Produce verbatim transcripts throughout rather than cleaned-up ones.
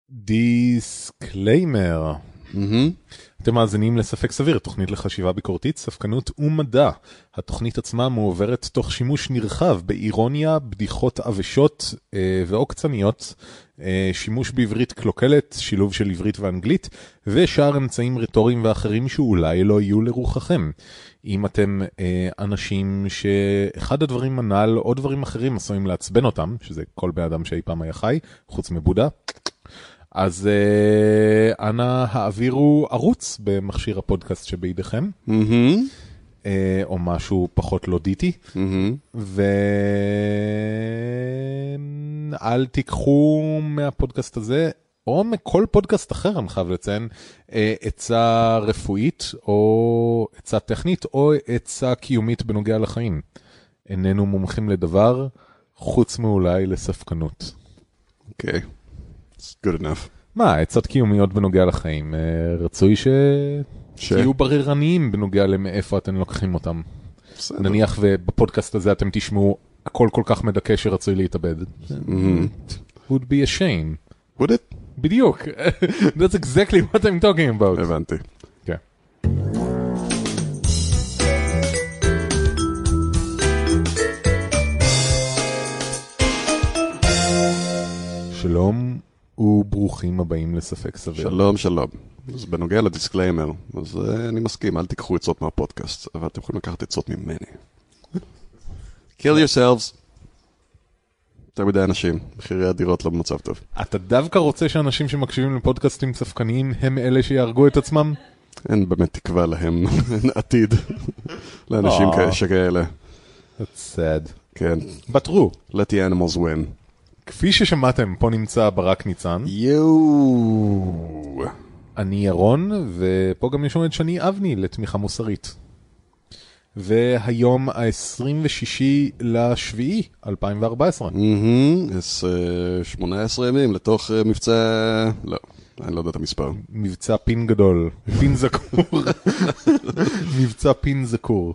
דיסקליימר. אתם מאזינים לספק סביר, תוכנית לחשיבה ביקורתית, ספקנות ומדע. התוכנית עצמה מועברת תוך שימוש נרחב באירוניה, בדיחות עבשות ועוקצניות, שימוש בעברית קלוקלת, שילוב של עברית ואנגלית, ושאר אמצעים רטוריים ואחרים שאולי לא יהיו לרוחכם. אם אתם אנשים שאחד הדברים הנ"ל או דברים אחרים עשויים לעצבן אותם, שזה כל בן אדם שאי פעם היה חי, חוץ מבודה, אז uh, אנא העבירו ערוץ במכשיר הפודקאסט שבידיכם, mm-hmm. uh, או משהו פחות לודיטי, mm-hmm. ואל תיקחו מהפודקאסט הזה, או מכל פודקאסט אחר, אני חייב לציין, uh, עצה רפואית, או עצה טכנית, או עצה קיומית בנוגע לחיים. איננו מומחים לדבר, חוץ מאולי לספקנות. אוקיי. Okay. Good enough. מה, עצות קיומיות בנוגע לחיים. רצוי שתהיו בררניים בנוגע למאיפה אתם לוקחים אותם. נניח ובפודקאסט הזה אתם תשמעו הכל כל כך מדכא שרצוי להתאבד. Would be a shame. Would it? בדיוק. That's exactly what I'm talking about. הבנתי. כן. שלום. וברוכים הבאים לספק סביר. שלום, שלום. אז בנוגע לדיסקליימר, אז uh, אני מסכים, אל תיקחו עצות מהפודקאסט, אבל אתם יכולים לקחת עצות ממני. Kill yourselves. יותר מדי אנשים, מחירי הדירות לא במצב טוב. אתה דווקא רוצה שאנשים שמקשיבים לפודקאסטים ספקניים הם אלה שיהרגו את עצמם? אין באמת תקווה להם, אין עתיד לאנשים שכאלה. That's sad. כן. But true. Let the animals win. כפי ששמעתם, פה נמצא ברק ניצן. יואו. אני ירון, ופה גם יש עומד שני אבני לתמיכה מוסרית. והיום ה-עשרים ושישי לשביעי, אלפיים וארבע עשרה. אז שמונה עשרה ימים לתוך מבצע... לא, אני לא יודע את המספר. מבצע פין גדול. פין זקור. מבצע פין זקור.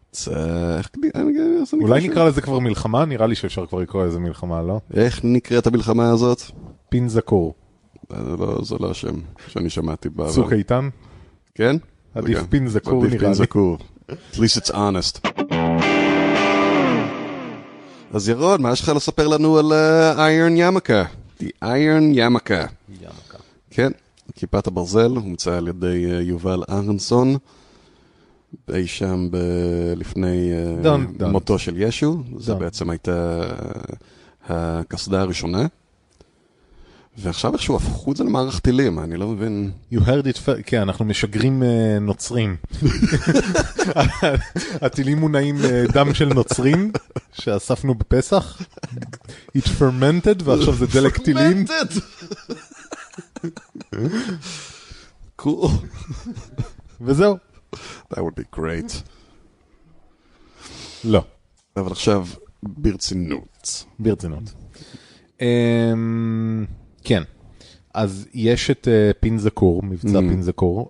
אולי נקרא לזה כבר מלחמה? נראה לי שאפשר כבר לקרוא איזה מלחמה, לא? איך נקראת המלחמה הזאת? פין זקור. זה לא השם שאני שמעתי בעבר. צוק איתן? כן? עדיף פין זקור נראה לי. עדיף פין זקור. At least it's honest. אז ירון, מה יש לך לספר לנו על איירן ימקה? The Iron Yamaka. ימקה. כן, כיפת הברזל, הומצא על ידי יובל אהרנסון. אי שם לפני מותו של ישו, זה בעצם הייתה הקסדה הראשונה, ועכשיו איכשהו הפכו את זה למערך טילים, אני לא מבין. You heard it, כן, אנחנו משגרים נוצרים. הטילים מונעים דם של נוצרים, שאספנו בפסח, it fermented, ועכשיו זה דלק טילים. fermented! cool. וזהו. That would be great. לא. אבל עכשיו, ברצינות. ברצינות. כן. אז יש את פין זקור, מבצע פין זקור,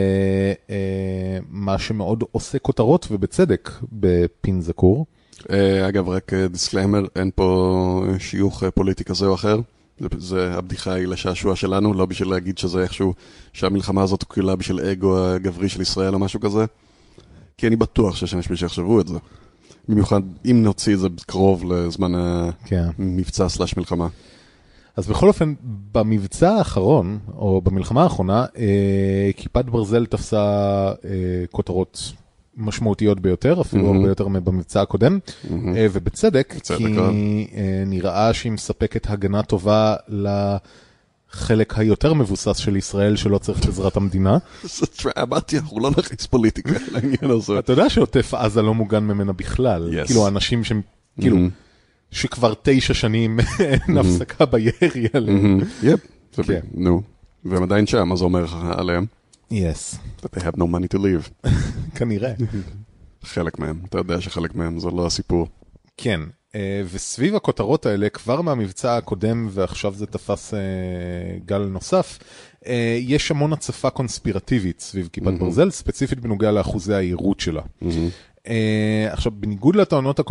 ומה שמאוד עושה כותרות, ובצדק, בפין זקור. אגב, רק דיסקליימר, אין פה שיוך פוליטי כזה או אחר. זה הבדיחה היא לשעשוע שלנו, לא בשביל להגיד שזה איכשהו, שהמלחמה הזאת קולה בשביל אגו הגברי של ישראל או משהו כזה. כי אני בטוח שיש אנשים שיחשבו את זה. במיוחד אם נוציא את זה קרוב לזמן המבצע סלש מלחמה. אז בכל אופן, במבצע האחרון, או במלחמה האחרונה, כיפת ברזל תפסה כותרות משמעותיות ביותר, אפילו הרבה יותר מבמבצע הקודם, ובצדק, כי נראה שהיא מספקת הגנה טובה לחלק היותר מבוסס של ישראל, שלא צריך את עזרת המדינה. אמרתי, אנחנו לא נכניס פוליטיקה לעניין הזה. אתה יודע שעוטף עזה לא מוגן ממנה בכלל, כאילו אנשים ש... כאילו, שכבר תשע שנים אין הפסקה בירי עליהם. יפ, נו, והם עדיין שם, מה זה אומר עליהם? Yes. That they have no money to leave. כנראה. חלק מהם, אתה יודע שחלק מהם, זה לא הסיפור. כן, וסביב הכותרות האלה, כבר מהמבצע הקודם, ועכשיו זה תפס גל נוסף, יש המון הצפה קונספירטיבית סביב כיפת ברזל, ספציפית בנוגע לאחוזי העירות שלה. עכשיו, בניגוד לטענות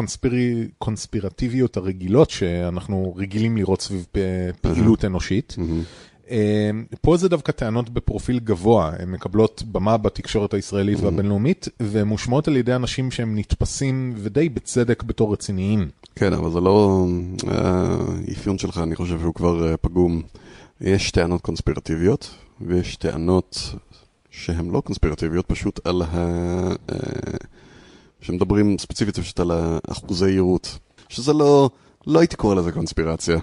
הקונספירטיביות הרגילות, שאנחנו רגילים לראות סביב פעילות אנושית, פה זה דווקא טענות בפרופיל גבוה, הן מקבלות במה בתקשורת הישראלית והבינלאומית, והן מושמעות על ידי אנשים שהם נתפסים ודי בצדק בתור רציניים. כן, אבל זה לא... האפיון שלך, אני חושב שהוא כבר פגום. יש טענות קונספירטיביות, ויש טענות שהן לא קונספירטיביות, פשוט על ה... שמדברים ספציפית פשוט על האחוזי יירוט. שזה לא... לא הייתי קורא לזה קונספירציה.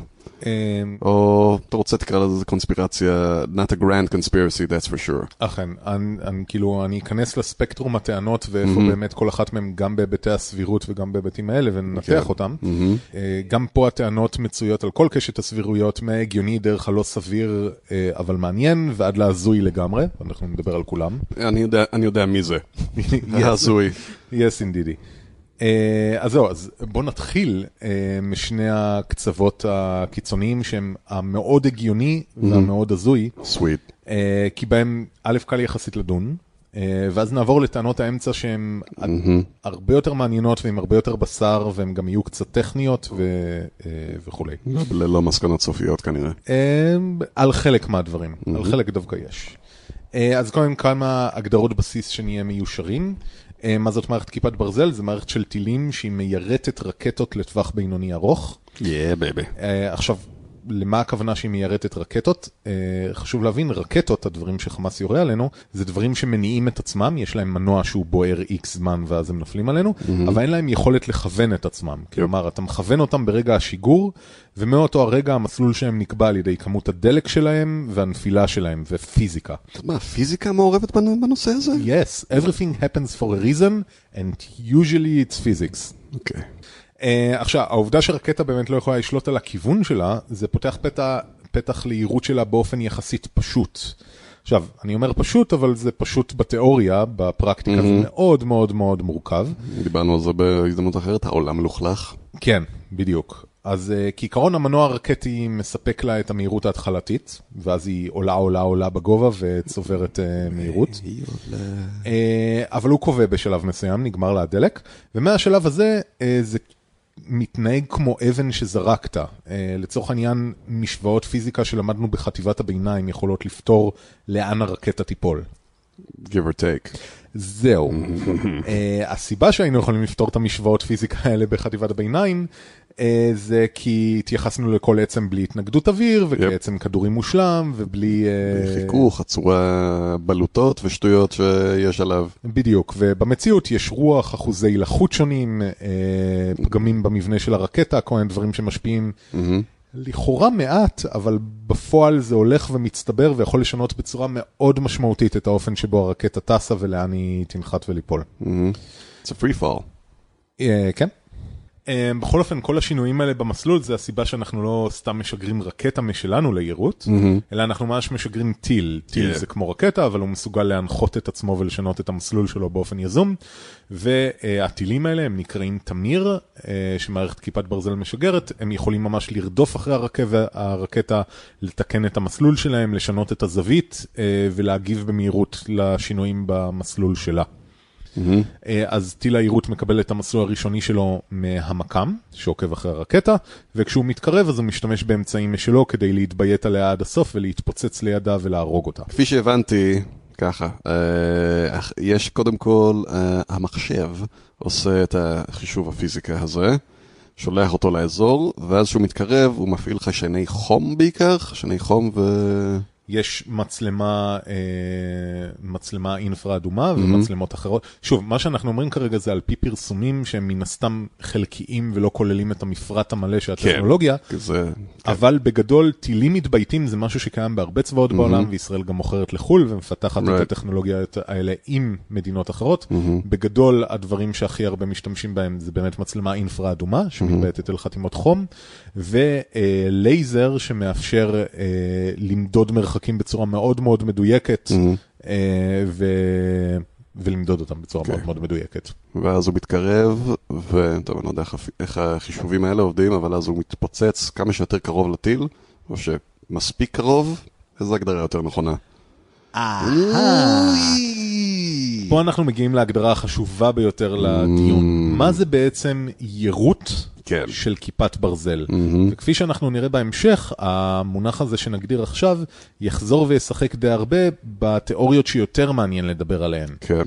או אתה רוצה תקרא לזה קונספירציה, not a grand conspiracy, that's for sure. אכן, כאילו אני אכנס לספקטרום הטענות ואיפה באמת כל אחת מהן גם בהיבטי הסבירות וגם בהיבטים האלה וננתח אותם. גם פה הטענות מצויות על כל קשת הסבירויות, מהגיוני דרך הלא סביר אבל מעניין ועד להזוי לגמרי, אנחנו נדבר על כולם. אני יודע מי זה, ההזוי. Yes indeed. אז זהו, אז בוא נתחיל משני הקצוות הקיצוניים שהם המאוד הגיוני והמאוד הזוי. Sweet. כי בהם א' קל יחסית לדון, ואז נעבור לטענות האמצע שהן הרבה יותר מעניינות והן הרבה יותר בשר והן גם יהיו קצת טכניות וכו'. ללא מסקנות סופיות כנראה. על חלק מהדברים, על חלק דווקא יש. אז קודם כמה הגדרות בסיס שנהיה מיושרים. מה זאת מערכת כיפת ברזל? זה מערכת של טילים שהיא מיירטת רקטות לטווח בינוני ארוך. Yeah, baby. עכשיו, למה הכוונה שהיא מיירטת רקטות? חשוב להבין, רקטות, הדברים שחמאס יורה עלינו, זה דברים שמניעים את עצמם, יש להם מנוע שהוא בוער איקס זמן ואז הם נופלים עלינו, אבל אין להם יכולת לכוון את עצמם. כלומר, אתה מכוון אותם ברגע השיגור, ומאותו הרגע המסלול שהם נקבע על ידי כמות הדלק שלהם והנפילה שלהם ופיזיקה. מה, פיזיקה מעורבת בנושא הזה? Yes, everything happens for a reason, and usually it's physics. אוקיי. Uh, עכשיו, העובדה שרקטה באמת לא יכולה לשלוט על הכיוון שלה, זה פותח פתח, פתח להירות שלה באופן יחסית פשוט. עכשיו, אני אומר פשוט, אבל זה פשוט בתיאוריה, בפרקטיקה זה מאוד מאוד מאוד מורכב. דיברנו על זה בהזדמנות אחרת, העולם מלוכלך. כן, בדיוק. אז uh, כעיקרון המנוע הרקטי מספק לה את המהירות ההתחלתית, ואז היא עולה עולה עולה בגובה וצוברת uh, מהירות. Uh, אבל הוא קובע בשלב מסוים, נגמר לה הדלק, ומהשלב הזה uh, זה מתנהג כמו אבן שזרקת. Uh, לצורך העניין, משוואות פיזיקה שלמדנו בחטיבת הביניים יכולות לפתור לאן הרקטה תיפול. give or take. זהו. uh, הסיבה שהיינו יכולים לפתור את המשוואות פיזיקה האלה בחטיבת הביניים, זה כי התייחסנו לכל עצם בלי התנגדות אוויר, וכעצם כדורים מושלם, ובלי... חיכוך, הצורה בלוטות ושטויות שיש עליו. בדיוק, ובמציאות יש רוח, אחוזי לחות שונים, פגמים במבנה של הרקטה, כל מיני דברים שמשפיעים לכאורה מעט, אבל בפועל זה הולך ומצטבר, ויכול לשנות בצורה מאוד משמעותית את האופן שבו הרקטה טסה, ולאן היא תנחת וליפול. It's a free fall. כן. בכל אופן, כל השינויים האלה במסלול, זה הסיבה שאנחנו לא סתם משגרים רקטה משלנו ליירוט, אלא אנחנו ממש משגרים טיל. טיל זה כמו רקטה, אבל הוא מסוגל להנחות את עצמו ולשנות את המסלול שלו באופן יזום, והטילים האלה הם נקראים תמיר, שמערכת כיפת ברזל משגרת, הם יכולים ממש לרדוף אחרי הרקטה, לתקן את המסלול שלהם, לשנות את הזווית, ולהגיב במהירות לשינויים במסלול שלה. Mm-hmm. אז טיל היירוט מקבל את המסלול הראשוני שלו מהמקם, שעוקב אחרי הרקטה, וכשהוא מתקרב אז הוא משתמש באמצעים משלו כדי להתביית עליה עד הסוף ולהתפוצץ לידה ולהרוג אותה. כפי שהבנתי, ככה, יש קודם כל, המחשב עושה את החישוב הפיזיקה הזה, שולח אותו לאזור, ואז שהוא מתקרב הוא מפעיל חיישני חום בעיקר, חיישני חום ו... יש מצלמה, אה, מצלמה אינפרה אדומה ומצלמות אחרות. שוב, מה שאנחנו אומרים כרגע זה על פי פרסומים שהם מן הסתם חלקיים ולא כוללים את המפרט המלא של הטכנולוגיה. כן, זה... אבל בגדול טילים מתבייתים זה משהו שקיים בהרבה צבאות בעולם, וישראל גם מוכרת לחול ומפתחת את הטכנולוגיה האלה עם מדינות אחרות. בגדול הדברים שהכי הרבה משתמשים בהם זה באמת מצלמה אינפרה אדומה, שמתבייתת אל חתימות חום, ולייזר שמאפשר למדוד מרחקים בצורה מאוד מאוד מדויקת, ולמדוד אותם בצורה מאוד מאוד מדויקת. ואז הוא מתקרב, וטוב, אני לא יודע איך החישובים האלה עובדים, אבל אז הוא מתפוצץ כמה שיותר קרוב לטיל, או שמספיק קרוב, איזו הגדרה יותר נכונה. פה אנחנו מגיעים להגדרה החשובה ביותר לדיון. מה זה בעצם יירוט כן. של כיפת ברזל. וכפי שאנחנו נראה בהמשך, המונח הזה שנגדיר עכשיו, יחזור וישחק די הרבה בתיאוריות שיותר מעניין לדבר עליהן. כן.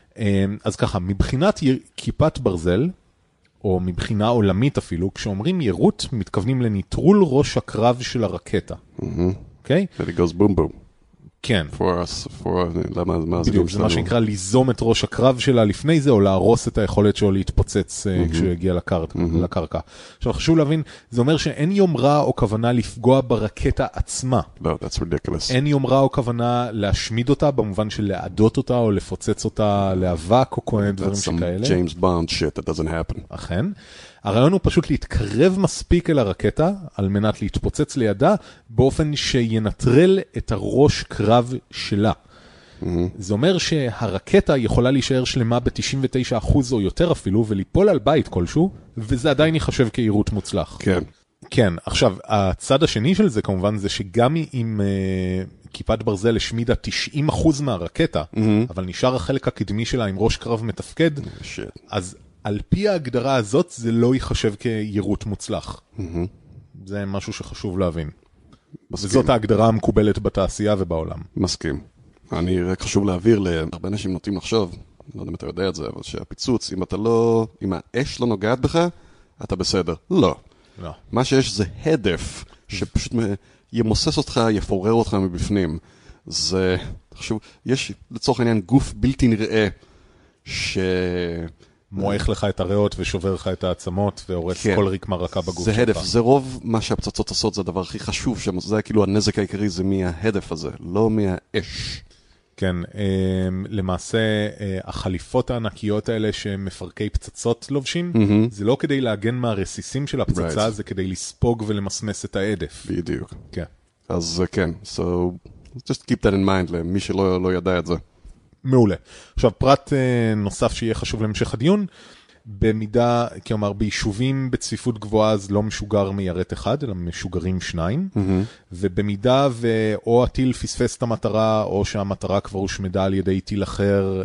אז ככה, מבחינת כיפת ברזל, או מבחינה עולמית אפילו, כשאומרים יירוט, מתכוונים לניטרול ראש הקרב של הרקטה. אוקיי? And it goes boom boom. כן. For us, for... למה, מה בדיוק, זה מה שנקרא ליזום את ראש הקרב שלה לפני זה, או להרוס את היכולת שלו להתפוצץ כשהוא יגיע לקרקע. עכשיו, חשוב להבין, זה אומר שאין יומרה או כוונה לפגוע ברקטה עצמה. לא, that's ridiculous. אין יומרה או כוונה להשמיד אותה, במובן של לעדות אותה, או לפוצץ אותה לאבק, או כל מיני דברים שכאלה. That's some James Bond shit that doesn't happen. אכן. הרעיון הוא פשוט להתקרב מספיק אל הרקטה, על מנת להתפוצץ לידה, באופן שינטרל את הראש קרב שלה. Mm-hmm. זה אומר שהרקטה יכולה להישאר שלמה ב-תשעים ותשעה אחוז או יותר אפילו, וליפול על בית כלשהו, וזה עדיין ייחשב כיירוט מוצלח. כן. כן, עכשיו, הצד השני של זה כמובן זה שגם אם uh, כיפת ברזל השמידה תשעים אחוז מהרקטה, mm-hmm. אבל נשאר החלק הקדמי שלה עם ראש קרב מתפקד, shit. אז על פי ההגדרה הזאת זה לא ייחשב כיירוט מוצלח. Mm-hmm. זה משהו שחשוב להבין. מסכים. וזאת ההגדרה המקובלת בתעשייה ובעולם. מסכים. אני רק חשוב להעביר להרבה אנשים נוטים לחשוב, לא יודע אם אתה יודע את זה, אבל שהפיצוץ, אם אתה לא, אם האש לא נוגעת בך, אתה בסדר. לא. לא. מה שיש זה הדף, שפשוט ימוסס אותך, יפורר אותך מבפנים. זה, חשוב, יש לצורך העניין גוף בלתי נראה, ש... מועך לך את הריאות ושובר לך את העצמות והורס כן. כל רקמה רכה בגוף זה שלך. הדף, זה רוב מה שהפצצות עושות, זה הדבר הכי חשוב, זה כאילו הנזק העיקרי זה מההדף הזה, לא מהאש. כן, למעשה החליפות הענקיות האלה שמפרקי פצצות לובשים, mm-hmm. זה לא כדי להגן מהרסיסים של הפצצה, right. זה כדי לספוג ולמסמס את העדף. בדיוק. כן. אז כן, so just keep that in mind למי שלא לא ידע את זה. מעולה. עכשיו, פרט נוסף שיהיה חשוב להמשך הדיון, במידה, כלומר, ביישובים בצפיפות גבוהה אז לא משוגר מיירט אחד, אלא משוגרים שניים, mm-hmm. ובמידה ואו הטיל פספס את המטרה, או שהמטרה כבר הושמדה על ידי טיל אחר,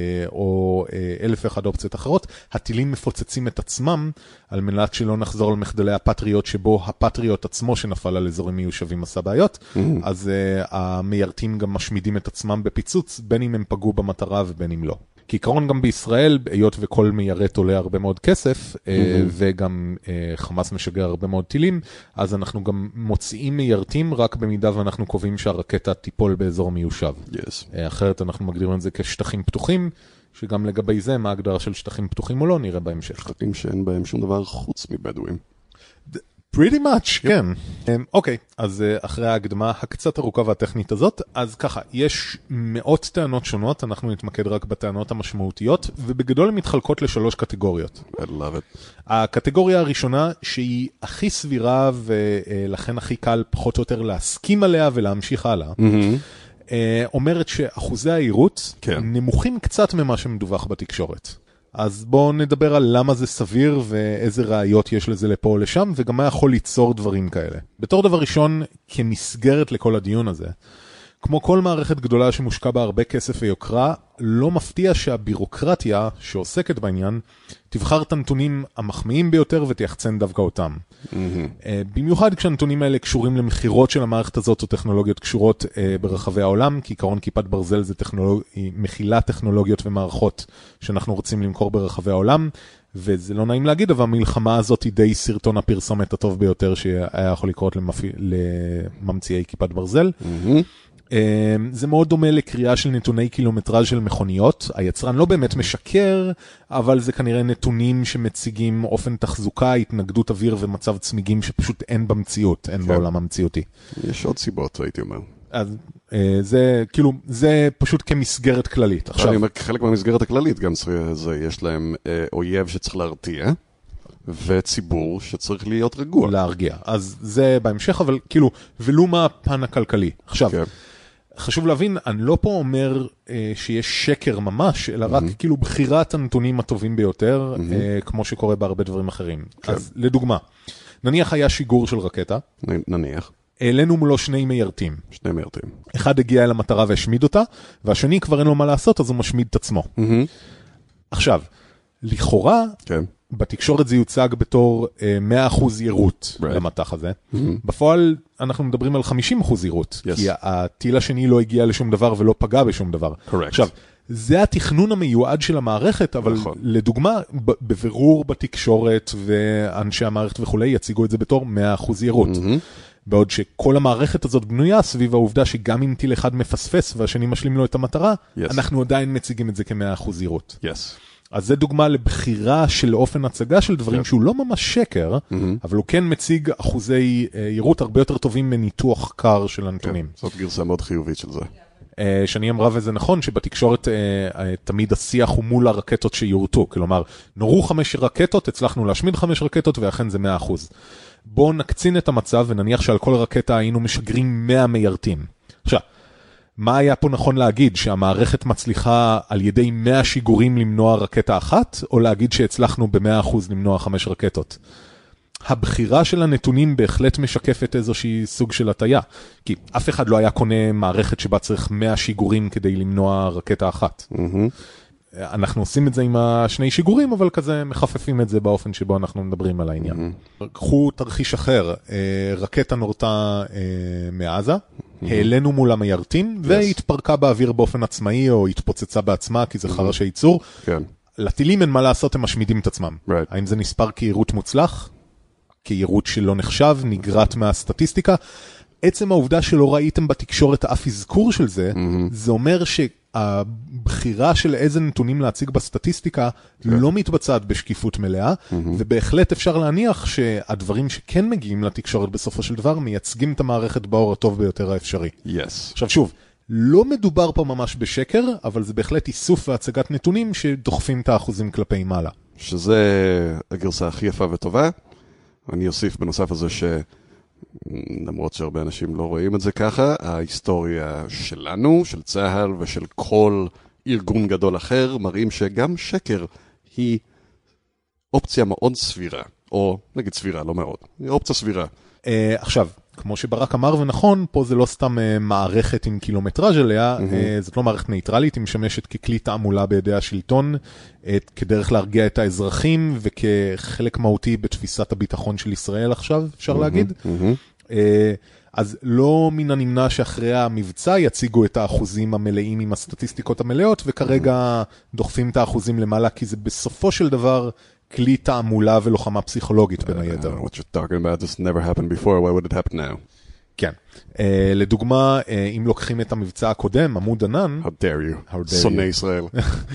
או אלף ואחת אופציות אחרות, הטילים מפוצצים את עצמם, על מנת שלא נחזור למחדלי הפטריות, שבו הפטריות עצמו שנפל על אזורים מיושבים עשה בעיות, mm-hmm. אז המיירטים גם משמידים את עצמם בפיצוץ, בין אם הם פגעו במטרה ובין אם לא. כעיקרון גם בישראל, היות וכל מיירט עולה הרבה מאוד כסף, mm-hmm. וגם חמאס משגר הרבה מאוד טילים, אז אנחנו גם מוציאים מיירטים רק במידה ואנחנו קובעים שהרקטה תיפול באזור מיושב. Yes. אחרת אנחנו מגדירים את זה כשטחים פתוחים, שגם לגבי זה, מה ההגדרה של שטחים פתוחים או לא, נראה בהמשך. שטחים שאין בהם שום דבר חוץ מבדואים. pretty much, כן. אוקיי, אז אחרי ההקדמה הקצת ארוכה והטכנית הזאת, אז ככה, יש מאות טענות שונות, אנחנו נתמקד רק בטענות המשמעותיות, ובגדול הן מתחלקות לשלוש קטגוריות. I love it. הקטגוריה הראשונה, שהיא הכי סבירה, ולכן הכי קל פחות או יותר להסכים עליה ולהמשיך הלאה, אומרת שאחוזי העירות נמוכים קצת ממה שמדווח בתקשורת. אז בואו נדבר על למה זה סביר ואיזה ראיות יש לזה לפה או לשם, וגם מה יכול ליצור דברים כאלה. בתור דבר ראשון, כמסגרת לכל הדיון הזה, כמו כל מערכת גדולה שמושקע בה הרבה כסף ויוקרה, לא מפתיע שהבירוקרטיה שעוסקת בעניין, תבחר את הנתונים המחמיאים ביותר ותייחצן דווקא אותם. Mm-hmm. במיוחד כשהנתונים האלה קשורים למחירות של המערכת הזאת או טכנולוגיות קשורות ברחבי העולם, כי עיקרון כיפת ברזל זה טכנולוג... מכילה טכנולוגיות ומערכות שאנחנו רוצים למכור ברחבי העולם, וזה לא נעים להגיד, אבל המלחמה הזאת היא די סרטון הפרסומת הטוב ביותר שהיה יכול לקרות למפ... לממציאי כיפת ברזל. Mm-hmm. זה מאוד דומה לקריאה של נתוני קילומטראז' של מכוניות. היצרן לא באמת משקר, אבל זה כנראה נתונים שמציגים אופן תחזוקה, התנגדות אוויר ומצב צמיגים שפשוט אין במציאות, אין בעולם המציאותי. יש עוד סיבות, הייתי אומר. אז זה כאילו, זה פשוט כמסגרת כללית. אני אומר, חלק מהמסגרת הכללית, גם זה, יש להם אויב שצריך להרתיע, וציבור שצריך להיות רגוע. להרגיע. אז זה בהמשך, אבל כאילו, ולו מה הפן הכלכלי. עכשיו, חשוב להבין, אני לא פה אומר אה, שיש שקר ממש, אלא רק mm-hmm. כאילו בחירת הנתונים הטובים ביותר, mm-hmm. אה, כמו שקורה בהרבה דברים אחרים. כן. אז לדוגמה, נניח היה שיגור של רקטה. נ, נניח. העלינו מולו שני מיירטים. שני מיירטים. אחד הגיע אל המטרה והשמיד אותה, והשני כבר אין לו מה לעשות, אז הוא משמיד את עצמו. Mm-hmm. עכשיו, לכאורה, כן. בתקשורת זה יוצג בתור מאה אחוז יירוט Right. למטח הזה. Mm-hmm. בפועל אנחנו מדברים על חמישים אחוז יירוט, Yes. כי הטיל השני לא הגיע לשום דבר ולא פגע בשום דבר. Correct. עכשיו, זה התכנון המיועד של המערכת, אבל נכון. לדוגמה, ב- בבירור בתקשורת ואנשי המערכת וכולי יציגו את זה בתור מאה אחוז יירוט. Mm-hmm. בעוד שכל המערכת הזאת בנויה סביב העובדה שגם אם טיל אחד מפספס והשני משלים לו את המטרה, Yes. אנחנו עדיין מציגים את זה כ-מאה אחוז יירוט. Yes. אז זה דוגמה לבחירה של אופן הצגה של דברים כן. שהוא לא ממש שקר, אבל הוא כן מציג אחוזי אה, יירוט הרבה יותר טובים מניתוח קר של הנתונים. כן, זאת גרסה מאוד חיובית של זה. אה, שאני אמרה וזה נכון שבתקשורת אה, אה, תמיד השיח הוא מול הרקטות שיורטו, כלומר נורו חמש רקטות, הצלחנו להשמיד חמש רקטות ואכן זה מאה אחוז. בואו נקצין את המצב ונניח שעל כל רקטה היינו משגרים מאה מיירטים. עכשיו, מה היה פה נכון להגיד? שהמערכת מצליחה על ידי מאה שיגורים למנוע רקטה אחת, או להגיד שהצלחנו ב-מאה אחוז למנוע חמש רקטות? הבחירה של הנתונים בהחלט משקפת איזושהי סוג של הטיה, כי אף אחד לא היה קונה מערכת שבה צריך מאה שיגורים כדי למנוע רקטה אחת. Mm-hmm. אנחנו עושים את זה עם השני שיגורים, אבל כזה מחפפים את זה באופן שבו אנחנו מדברים על העניין. Mm-hmm. קחו תרחיש אחר, רקטה נורתה מעזה, mm-hmm. העלינו מול המיירטים, yes. והתפרקה באוויר באופן עצמאי, או התפוצצה בעצמה, כי זה mm-hmm. חרש הייצור. כן. לטילים אין מה לעשות, הם משמידים את עצמם. Right. האם זה נספר כיירוט מוצלח? כיירוט שלא נחשב, נגרט מהסטטיסטיקה? עצם העובדה שלא ראיתם בתקשורת אף אזכור של זה, mm-hmm. זה אומר שהבחירה של איזה נתונים להציג בסטטיסטיקה okay. לא מתבצעת בשקיפות מלאה, mm-hmm. ובהחלט אפשר להניח שהדברים שכן מגיעים לתקשורת בסופו של דבר, מייצגים את המערכת באור הטוב ביותר האפשרי. Yes. עכשיו שוב, לא מדובר פה ממש בשקר, אבל זה בהחלט איסוף והצגת נתונים שדוחפים את האחוזים כלפי מעלה. שזה הגרסה הכי יפה וטובה. אני אוסיף בנוסף הזה ש... למרות שהרבה אנשים לא רואים את זה ככה, ההיסטוריה שלנו, של צה"ל ושל כל ארגון גדול אחר, מראים שגם שקר היא אופציה מאוד סבירה, או נגיד סבירה, לא מאוד, היא אופציה סבירה. Uh, עכשיו, כמו שברק אמר ונכון, פה זה לא סתם uh, מערכת עם קילומטראז' עליה, mm-hmm. uh, זאת לא מערכת נייטרלית, היא משמשת ככלי תעמולה בידי השלטון, uh, כדרך להרגיע את האזרחים, וכחלק מהותי בתפיסת הביטחון של ישראל עכשיו, אפשר mm-hmm. להגיד. Mm-hmm. Uh, אז לא מן הנמנע שאחרי המבצע יציגו את האחוזים המלאים עם הסטטיסטיקות המלאות, וכרגע mm-hmm. דוחפים את האחוזים למעלה, כי זה בסופו של דבר כלי תעמולה ולוחמה פסיכולוגית בין היתר. What you're talking about, this never happened before, why would it happen now? כן. לדוגמה, אם לוקחים את המבצע הקודם, עמוד ענן, How dare you, שונא ישראל.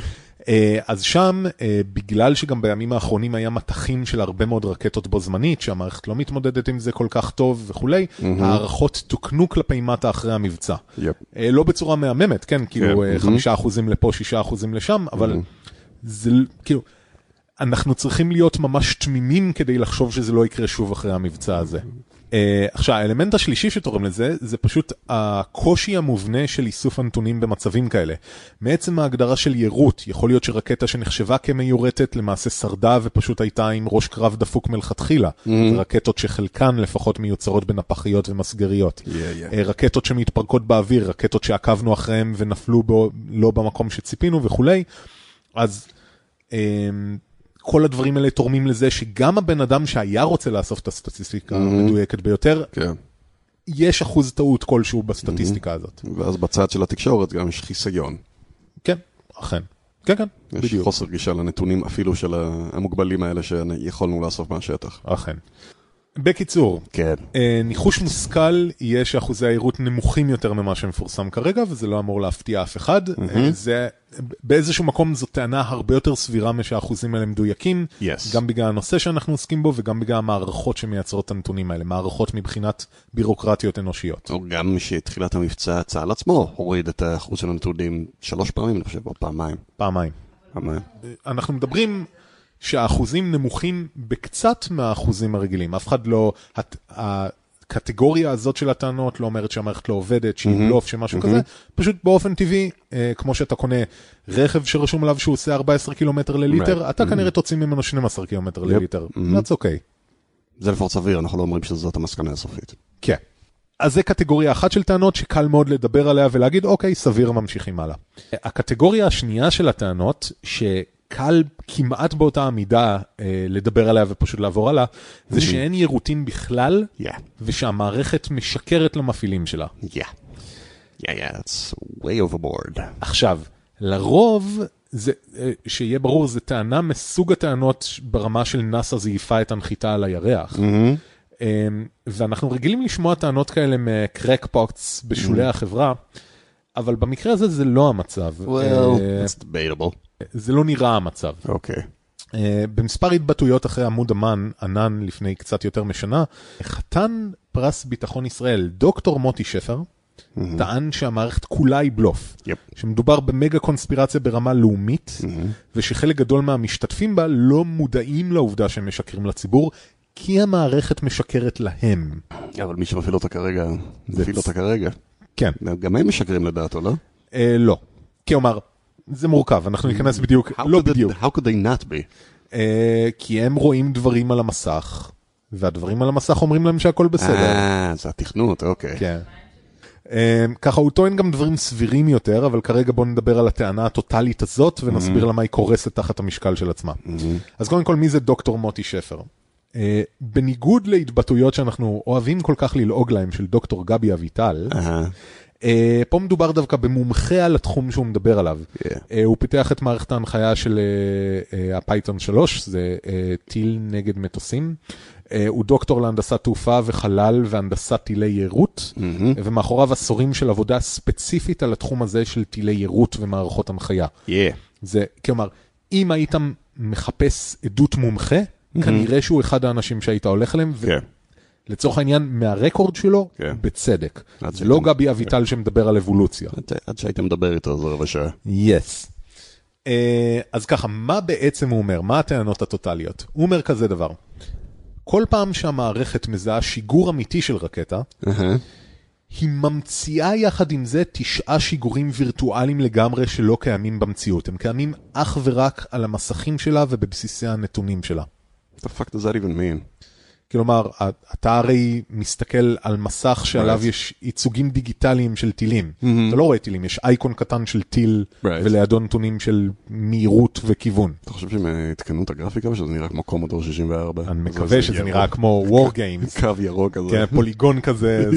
אז שם, בגלל שגם בימים האחרונים היה מתחים של הרבה מאוד רקטות בו זמנית, שהמערכת לא מתמודדת עם זה כל כך טוב וכולי, הערכות תוקנו כלפי מטה אחרי המבצע. לא בצורה מהממת, כן, כאילו חמישה אחוזים לפה, שישה אחוזים לשם, אבל זה כאילו... אנחנו צריכים להיות ממש תמימים כדי לחשוב שזה לא יקרה שוב אחרי המבצע הזה. Uh, עכשיו, האלמנט השלישי שתורם לזה, זה פשוט הקושי המובנה של איסוף הנתונים במצבים כאלה. מעצם ההגדרה של יירוט, יכול להיות שרקטה שנחשבה כמיורטת, למעשה שרדה ופשוט הייתה עם ראש קרב דפוק מלכתחילה. Mm-hmm. רקטות שחלקן לפחות מיוצרות בנפחיות ומסגריות. Yeah, yeah. Uh, רקטות שמתפרקות באוויר, רקטות שעקבנו אחריהם ונפלו בו, לא במקום שציפינו וכולי. אז... Uh, כל הדברים האלה תורמים לזה שגם הבן אדם שהיה רוצה לאסוף את הסטטיסטיקה המדויקת ביותר, יש אחוז טעות כלשהו בסטטיסטיקה הזאת. ואז בצד של התקשורת גם יש חיסיון. כן, אכן. כן, כן, בדיוק. יש חוסר גישה לנתונים אפילו של המוגבלים האלה שיכולנו לאסוף מהשטח. אכן. בקיצור, כן. ניחוש מושכל יהיה שאחוזי העירות נמוכים יותר ממה שמפורסם כרגע, וזה לא אמור להפתיע אף אחד. זה, באיזשהו מקום זו טענה הרבה יותר סבירה משהאחוזים האלה מדויקים, yes. גם בגלל הנושא שאנחנו עוסקים בו, וגם בגלל המערכות שמייצרות את הנתונים האלה, מערכות מבחינת בירוקרטיות אנושיות. או גם שתחילת המבצע צה"ל עצמו הוריד את האחוז של הנתונים שלוש פעמים, אני חושב, או פעמיים. פעמיים. פעמיים. אנחנו מדברים... שהאחוזים נמוכים בקצת מהאחוזים הרגילים. אף אחד לא, הקטגוריה הזאת של הטענות לא אומרת שהמערכת לא עובדת, שהיא בלוף, שמשהו כזה, פשוט באופן טבעי, כמו שאתה קונה רכב שרשום עליו שהוא עושה ארבעה עשר קילומטר לליטר, אתה כנראה תוציא ממנו שנים עשר קילומטר לליטר. That's okay. זה לפחות סביר, אנחנו לא אומרים שזאת המסקנה הסופית. כן. אז זה קטגוריה אחת של טענות שקל מאוד לדבר עליה ולהגיד, אוקיי, סביר, ממשיכים הלאה. הקטגוריה השנייה של הטענות, ש... קל כמעט באותה עמידה אה, לדבר עליה ופשוט לעבור עליה, זה שאין יירוטין בכלל, Yeah. ושהמערכת משקרת למפעילים שלה. Yeah. Yeah, yeah, it's way overboard. עכשיו, לרוב, זה, אה, שיהיה ברור, זה טענה מסוג הטענות ברמה של נאס"א זייפה את הנחיתה על הירח. Mm-hmm. אה, ואנחנו רגילים לשמוע טענות כאלה מקרקפוקס בשולי mm-hmm. החברה, אבל במקרה הזה זה לא המצב. Well, אה, it's debatable. זה לא נראה המצב. אוקיי. Okay. Uh, במספר התבטאויות אחרי עמוד אמן, ענן לפני קצת יותר משנה, חתן פרס ביטחון ישראל, דוקטור מוטי שפר, mm-hmm. טען שהמערכת כולה היא בלוף. Yep. שמדובר במגה קונספירציה ברמה לאומית, mm-hmm. ושחלק גדול מהמשתתפים בה לא מודעים לעובדה שהם משקרים לציבור, כי המערכת משקרת להם. אבל מי שמפעיל אותה כרגע, מפעיל אותה כרגע. כן. גם הם משקרים לדעתו, לא? Uh, לא. כי אומר, זה מורכב, אנחנו ניכנס בדיוק, how לא could בדיוק. It, how could they not be? Uh, כי הם רואים דברים על המסך, והדברים על המסך אומרים להם שהכל בסדר. אה, זה התכנות, אוקיי. כן. Uh, ככה הוא טוען גם דברים סבירים יותר, אבל כרגע בואו נדבר על הטענה הטוטלית הזאת, ונסביר למה היא קורסת תחת המשקל של עצמה. אז קודם כל, מי זה דוקטור מוטי שפר? Uh, בניגוד להתבטאויות שאנחנו אוהבים כל כך ללעוג להם, של דוקטור גבי אביטל, Uh, פה מדובר דווקא במומחה על התחום שהוא מדבר עליו. Yeah. Uh, הוא פיתח את מערכת ההנחיה של uh, uh, הפייתון שלוש, זה uh, טיל נגד מטוסים. Uh, הוא דוקטור להנדסת תעופה וחלל והנדסת טילי יירוט, mm-hmm. ומאחוריו עשורים של עבודה ספציפית על התחום הזה של טילי יירוט ומערכות הנחיה. Yeah. זה, כלומר, אם היית מחפש עדות מומחה, mm-hmm. כנראה שהוא אחד האנשים שהיית הולך אליהם, ו... Yeah. לצורך העניין, מהרקורד שלו, okay. בצדק. זה לא גבי אביטל שמדבר על אבולוציה. עד שהיית מדבר איתו, זה רבע שעה. Yes. Uh, אז ככה, מה בעצם הוא אומר? מה הטענות הטוטליות? הוא אומר כזה דבר. כל פעם שהמערכת מזהה שיגור אמיתי של רקטה, uh-huh. היא ממציאה יחד עם זה תשעה שיגורים וירטואליים לגמרי שלא קיימים במציאות. הם קיימים אך ורק על המסכים שלה ובבסיסי הנתונים שלה. What the fuck does that even mean? כלומר, אתה הרי מסתכל על מסך שעליו יש ייצוגים דיגיטליים של טילים. אתה לא רואה טילים, יש אייקון קטן של טיל, ולידו נתונים של מהירות וכיוון. אתה חושב שהם התקנו את הגרפיקה, ושזה נראה כמו קומודור שישים וארבע? אני מקווה שזה נראה כמו War Games. קו ירוק כזה. כן, פוליגון כזה.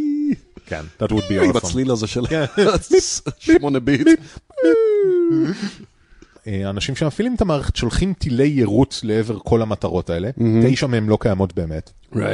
כן, that would be awesome. עם הצליל הזה של שמונה ביט. האנשים שמפעילים את המערכת שולחים טילי יירוט לעבר כל המטרות האלה, תשע מהם לא קיימות באמת.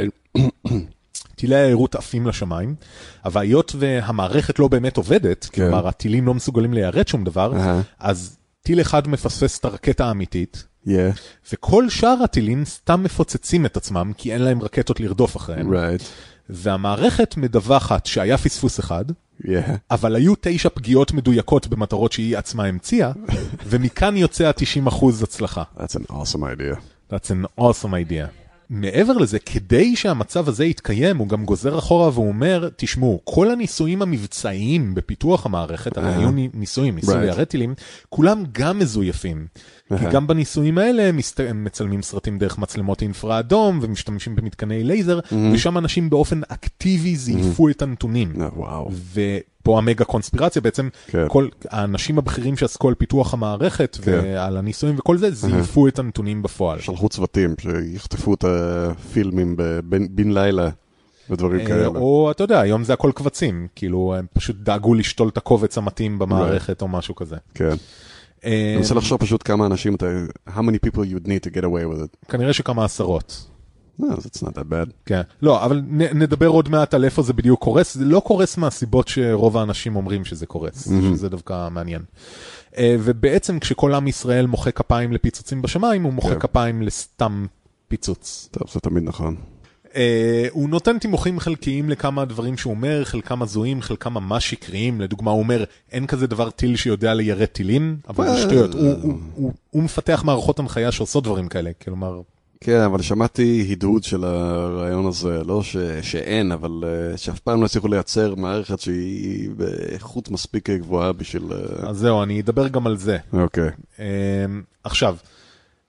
טילי היירוט עפים לשמיים, אבל היות והמערכת לא באמת עובדת, כלומר הטילים לא מסוגלים ליירט שום דבר, אז טיל אחד מפספס את הרקטה האמיתית, וכל שאר הטילים סתם מפוצצים את עצמם, כי אין להם רקטות לרדוף אחריהם. והמערכת מדווחת שהיה פספוס אחד, yeah. אבל היו תשע פגיעות מדויקות במטרות שהיא עצמה המציאה, ומכאן יוצא ה-תשעים אחוז הצלחה. That's an awesome idea. That's an awesome idea. מעבר לזה, כדי שהמצב הזה יתקיים, הוא גם גוזר אחורה והוא אומר, תשמעו, כל הניסויים המבצעיים בפיתוח המערכת, הרי היו ניסויים, ניסוי הרטילים, כולם גם מזויפים. כי גם בניסויים האלה הם מצלמים סרטים דרך מצלמות אינפרה אדום, ומשתמשים במתקני לייזר, ושם אנשים באופן אקטיבי זייפו את הנתונים. ופה המגה קונספירציה, בעצם כל האנשים הבכירים שעסקו על פיתוח המערכת, ועל הניסויים וכל זה, זייפו את הנתונים בפועל. שלחו צוותים שיחטפו את הפילמים בן לילה. ודברים כאלה. או אתה יודע, היום זה הכל קבצים, כאילו הם פשוט דאגו לשתול את הקובץ המתאים במערכת או משהו כזה. כן. אני רוצה לחשוב פשוט כמה אנשים אתה, how many people you would need to get away with it. כנראה שכמה עשרות. No, that's not that bad. כן. לא, אבל נדבר עוד מעט על איפה זה בדיוק קורס. זה לא קורס מהסיבות שרוב האנשים אומרים שזה קורס, שזה דווקא מעניין. ובעצם כשכל עם ישראל מוחא כפיים לפיצוצים בשמיים, הוא מוחא כפיים לסתם פיצוץ. טוב, זה תמיד נכון. Uh, הוא נותן תימוכים חלקיים לכמה דברים שהוא אומר, חלקם הזויים, חלקם ממש שקריים. לדוגמה, הוא אומר, אין כזה דבר טיל שיודע ליירט טילים, אבל זה שטויות. הוא, הוא, הוא, הוא מפתח מערכות הנחיה שעושות דברים כאלה, כלומר... כן, אבל שמעתי הידוד של הרעיון הזה, לא ש, שאין, אבל uh, שאף פעם לא הצליחו לייצר מערכת שהיא באיכות מספיק גבוהה בשביל... Uh... אז זהו, אני אדבר גם על זה. אוקיי. Okay. Uh, עכשיו,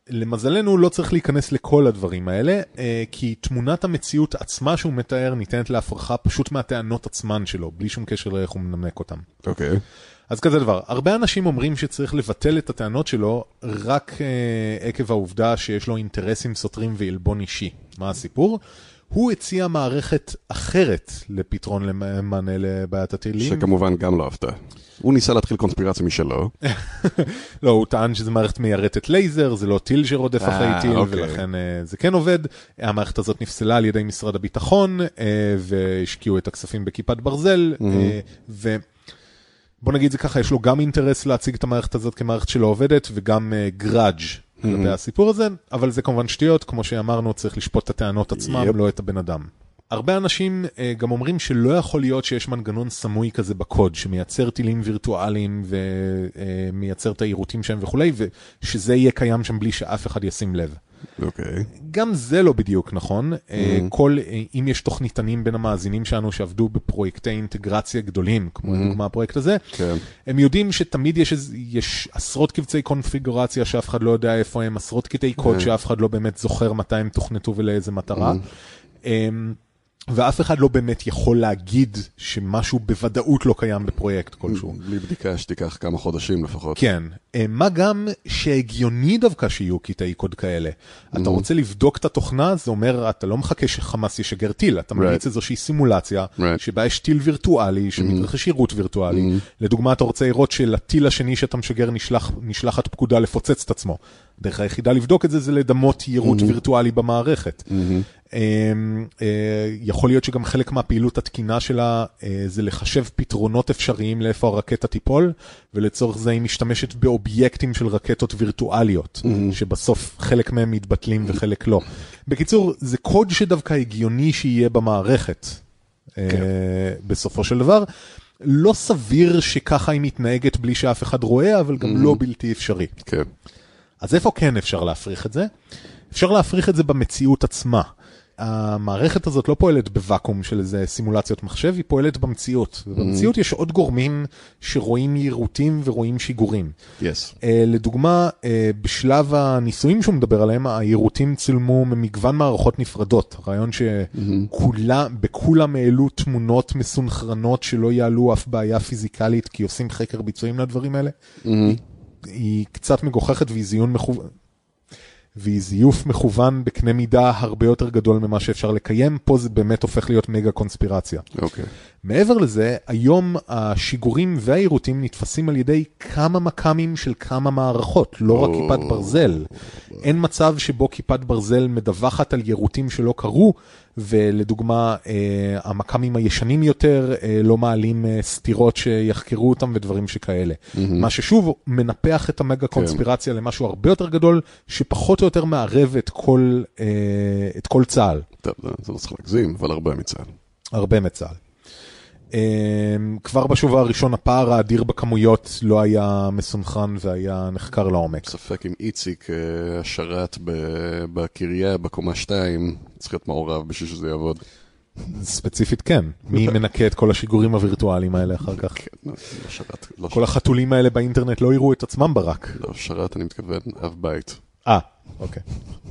למזלנו לא צריך להיכנס לכל הדברים האלה, כי תמונת המציאות עצמה שהוא מתאר ניתנת להפרחה פשוט מהטענות עצמן שלו, בלי שום קשר לאיך הוא מנמק אותם. אוקיי. אז כזה דבר, הרבה אנשים אומרים שצריך לבטל את הטענות שלו רק אה, עקב העובדה שיש לו אינטרסים סותרים ועלבון אישי. מה הסיפור? הוא הציע מערכת אחרת לפתרון למענה לבעיית הטילים. שכמובן גם לא עבדה. הוא ניסה להתחיל קונספירציה משלו. לא, הוא טען שזה מערכת מיירטת לייזר, זה לא טיל שרודף אחרי טיל, ולכן זה כן עובד. המערכת הזאת נפסלה על ידי משרד הביטחון, והשקיעו את הכספים בכיפת ברזל, ו... בוא נגיד זה ככה, יש לו גם אינטרס להציג את המערכת הזאת כמערכת שלא עובדת, וגם גראדג' כלפי הסיפור הזה, אבל זה כמובן שטויות, כמו שאמרנו, צריך לשפוט את הטענות עצמם, לא את הבן אדם. הרבה אנשים גם אומרים שלא יכול להיות שיש מנגנון סמוי כזה בקוד, שמייצר טילים וירטואליים ומייצר את העירותים שהם וכולי, ושזה יהיה קיים שם בלי שאף אחד ישים לב. אוקיי. גם זה לא בדיוק נכון. כל, אם יש תוכניתנים בין המאזינים שלנו שעבדו בפרויקטי אינטגרציה גדולים, כמו לדוגמה הפרויקט הזה, הם יודעים שתמיד יש, יש עשרות קבצי קונפיגורציה שאף אחד לא יודע איפה הם, עשרות קטעי קוד שאף אחד לא באמת זוכר מתי הם תוכנתו ולאיזה מטרה. ואף אחד לא באמת יכול להגיד שמשהו בוודאות לא קיים בפרויקט כלשהו. בלי בדיקה שתיקח כמה חודשים לפחות. כן. מה גם שהגיוני דווקא שיהיו קטעי קוד כאלה. אתה רוצה לבדוק את התוכנה, זה אומר, אתה לא מחכה שחמאס ישגר טיל, אתה מריץ איזושהי סימולציה, שבה יש טיל וירטואלי, שמתרחש יירוט וירטואלי. לדוגמה, אתה רוצה לראות שלטיל השני שאתה משגר נשלחת פקודה לפוצץ את עצמו. דרך היחידה לבדוק את זה, זה לדמות יירוט וירטואלי במערכת. יכול להיות שגם חלק מהפעילות התקינה שלה זה לחשב פתרונות אפשריים לאיפה הרקטה תיפול, ולצורך זה היא משתמשת באובייקטים של רקטות וירטואליות, שבסוף חלק מהם מתבטלים וחלק לא. בקיצור, זה קוד שדווקא הגיוני שיהיה במערכת, בסופו של דבר. לא סביר שככה היא מתנהגת בלי שאף אחד רואה, אבל גם לא בלתי אפשרי. כן. אז איפה כן אפשר להפריך את זה? אפשר להפריך את זה במציאות עצמה. המערכת הזאת לא פועלת בוואקום של איזה סימולציות מחשב, היא פועלת במציאות. ובמציאות יש עוד גורמים שרואים יירוטים ורואים שיגורים. Yes. לדוגמה, בשלב הניסויים שהוא מדבר עליהם, היירוטים צילמו ממגוון מערכות נפרדות. הרעיון שבכולם העלו תמונות מסונכרנות שלא יעלו אף בעיה פיזיקלית, כי עושים חקר ביצועים לדברים האלה. היא, היא קצת מגוחכת והיא זיון מכוון. והיא זיוף מכוון בקנה מידה הרבה יותר גדול ממה שאפשר לקיים, פה זה באמת הופך להיות מגה קונספירציה. אוקיי. מעבר לזה, היום השיגורים והעירותים נתפסים על ידי כמה מקמים של כמה מערכות, לא רק כיפת ברזל. אין מצב שבו כיפת ברזל מדווחת על יירוטים שלא קרו, ולדוגמה, המקמים הישנים יותר לא מעלים סתירות שיחקרו אותם ודברים שכאלה. מה ששוב מנפח את המגה קונספירציה למשהו הרבה יותר גדול, שפחות או יותר מערב את כל, את כל צה"ל. טוב, זה לא צריך להגזים, אבל הרבה מצה"ל. הרבה מצה"ל. כבר בשבוע הראשון הפער האדיר בכמויות לא היה מסונכרן והיה נחקר לעומק. ספק אם איציק השרת בקריה בקומה שתיים צריך להיות מעורב בשביל שזה יעבוד. ספציפית כן. מי מנקה את כל השיגורים הווירטואליים האלה אחר כך? כל החתולים האלה באינטרנט לא יראו את עצמם ברק. לא, שרת אני מתכוון אב בית. אה, אוקיי.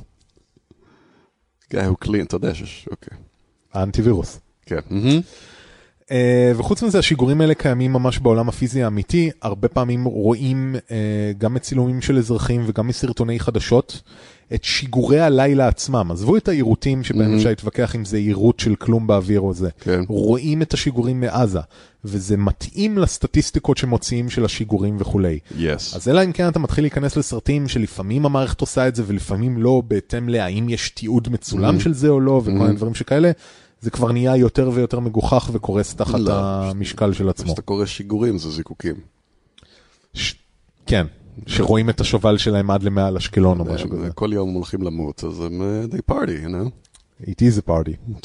גיא הוא קלין, אתה יודע שיש, אוקיי. האנטיווירוס. כן. Uh, וחוץ מזה, השיגורים האלה קיימים ממש בעולם הפיזי האמיתי, הרבה פעמים רואים uh, גם מצילומים של אזרחים וגם מסרטוני חדשות, את שיגורי הלילה עצמם. עזבו את העירותים שבהם אפשר להתווכח אם זה עירות של כלום באוויר או זה. כן. רואים את השיגורים מעזה, וזה מתאים לסטטיסטיקות שמוציאים של השיגורים וכולי. Yes. אז אלא אם כן אתה מתחיל להיכנס לסרטים שלפעמים המערכת עושה את זה ולפעמים לא, בהתאם להאם יש תיעוד מצולם של זה או לא, וכל מיני דברים שכאלה. זה כבר נהיה יותר ויותר מגוחך וקורס תחת לא, המשקל של עצמו. כשאתה קורא שיגורים זה זיקוקים. ש... כן, שרואים את השובל שלהם עד למעל אשקלון או משהו כזה. כל יום הולכים למות, אז הם, they party, you know? It is a party.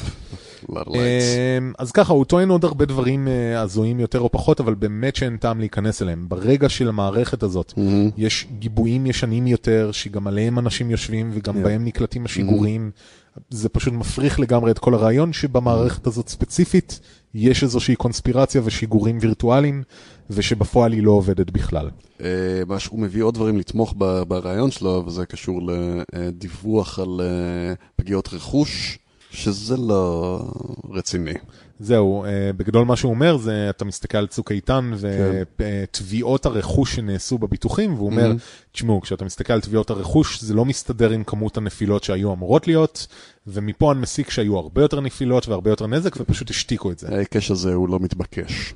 אז ככה, הוא טוען עוד הרבה דברים הזויים יותר או פחות, אבל באמת שאין טעם להיכנס אליהם. ברגע של המערכת הזאת, יש גיבויים ישנים יותר, שגם עליהם אנשים יושבים, וגם בהם נקלטים השיגורים. זה פשוט מפריך לגמרי את כל הרעיון, שבמערכת הזאת ספציפית, יש איזושהי קונספירציה ושיגורים וירטואליים, ושבפועל היא לא עובדת בכלל. מה שהוא מביא עוד דברים לתמוך ברעיון שלו, וזה קשור לדיווח על פגיעות רכוש, שזה לא רציני. זהו, בגדול מה שהוא אומר זה, אתה מסתכל על צוק איתן ותביעות הרכוש שנעשו בביטוחים, והוא אומר, תשמעו, כשאתה מסתכל על תביעות הרכוש, זה לא מסתדר עם כמות הנפילות שהיו אמורות להיות, ומפה אני מסיק שהיו הרבה יותר נפילות והרבה יותר נזק, ופשוט השתיקו את זה. ההיקש הזה הוא לא מתבקש.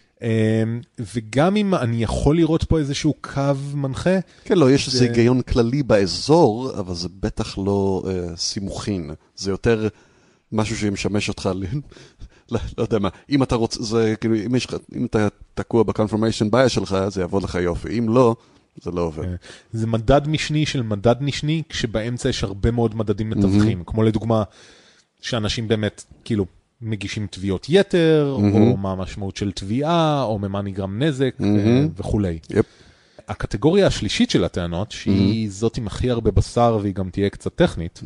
וגם אם אני יכול לראות פה איזשהו קו מנחה. כן, לא, יש איזה היגיון כללי באזור, אבל זה בטח לא סימוכין. זה יותר משהו שמשמש אותך ל... לא יודע מה, אם אתה רוצה, זה כאילו, אם, יש, אם אתה תקוע ב-confirmation bias שלך, זה יעבוד לך יופי. אם לא, זה לא עובד. זה מדד משני של מדד נשני, כשבאמצע יש הרבה מאוד מדדים מתווכים. כמו לדוגמה, שאנשים באמת, כאילו, מגישים תביעות יתר, או מה המשמעות של תביעה, או ממה נגרם נזק, וכולי. הקטגוריה השלישית של הטענות, שהיא זאת עם הכי הרבה בשר, והיא גם תהיה קצת טכנית,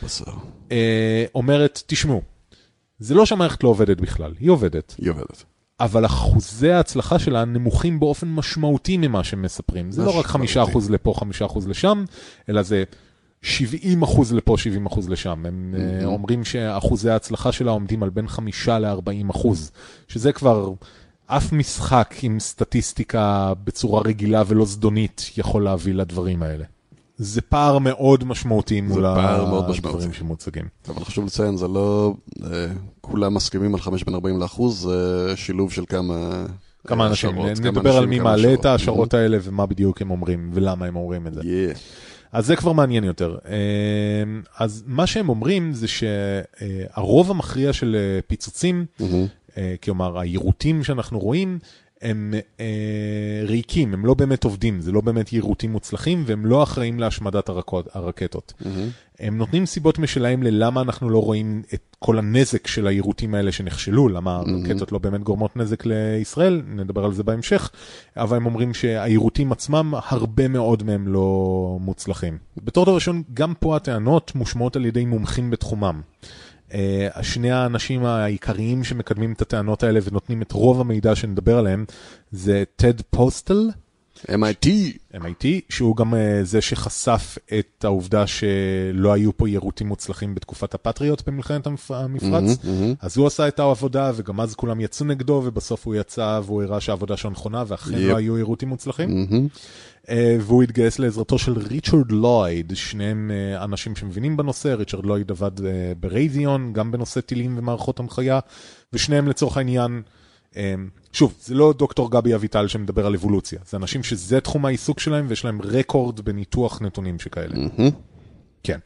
אומרת, תשמעו, זה לא שהמערכת לא עובדת בכלל, היא עובדת. היא עובדת. אבל אחוזי ההצלחה שלה נמוכים באופן משמעותי ממה שהם מספרים. זה לא רק חמישה אחוז לפה, חמישה אחוז לשם, אלא זה שבעים אחוז לפה, שבעים אחוז לשם. הם אומרים שאחוזי ההצלחה שלה עומדים על בין חמישה ל-ארבעים אחוז, שזה כבר אף משחק עם סטטיסטיקה בצורה רגילה ולא זדונית יכול להביא לדברים האלה. זה פער מאוד משמעותי מול הדברים שמוצגים. אבל חשוב לציין, זה לא, כולם מסכימים על חמש בין ארבעים לאחוז, זה שילוב של כמה... כמה אנשים, נדבר על מי מעלה את ההשערות האלה ומה בדיוק הם אומרים ולמה הם אומרים את זה. אז זה כבר מעניין יותר. אז מה שהם אומרים זה שהרוב המכריע של פיצוצים, כלומר היירוטים שאנחנו רואים, הם אה, ריקים, הם לא באמת עובדים, זה לא באמת יירוטים מוצלחים, והם לא אחראים להשמדת הרקות, הרקטות. Mm-hmm. הם נותנים סיבות משלהם ללמה אנחנו לא רואים את כל הנזק של היירוטים האלה שנכשלו, למה mm-hmm. הרקטות לא באמת גורמות נזק לישראל, נדבר על זה בהמשך, אבל הם אומרים שהיירוטים עצמם, הרבה מאוד מהם לא מוצלחים. בתור דבר ראשון, גם פה הטענות מושמעות על ידי מומחים בתחומם. שני האנשים העיקריים שמקדמים את הטענות האלה ונותנים את רוב המידע שנדבר עליהם זה טד פוסטל אם איי טי אם איי טי שהוא גם זה שחשף את העובדה שלא היו פה יירוטים מוצלחים בתקופת הפטריוט במלחמת המפרץ אז הוא עשה את העבודה וגם אז כולם יצאו נגדו ובסוף הוא יצא והוא הראה שהעבודה שלו נכונה ואכן לא היו יירוטים מוצלחים והוא התגייס לעזרתו של ריצ'רד לויד, שניהם אנשים שמבינים בנושא, ריצ'רד לויד עבד ברייזיון, גם בנושא טילים ומערכות הנחיה, ושניהם לצורך העניין, שוב, זה לא דוקטור גבי אביטל שמדבר על אבולוציה, זה אנשים שזה תחום העיסוק שלהם, ויש להם רקורד בניתוח נתונים שכאלה. כן.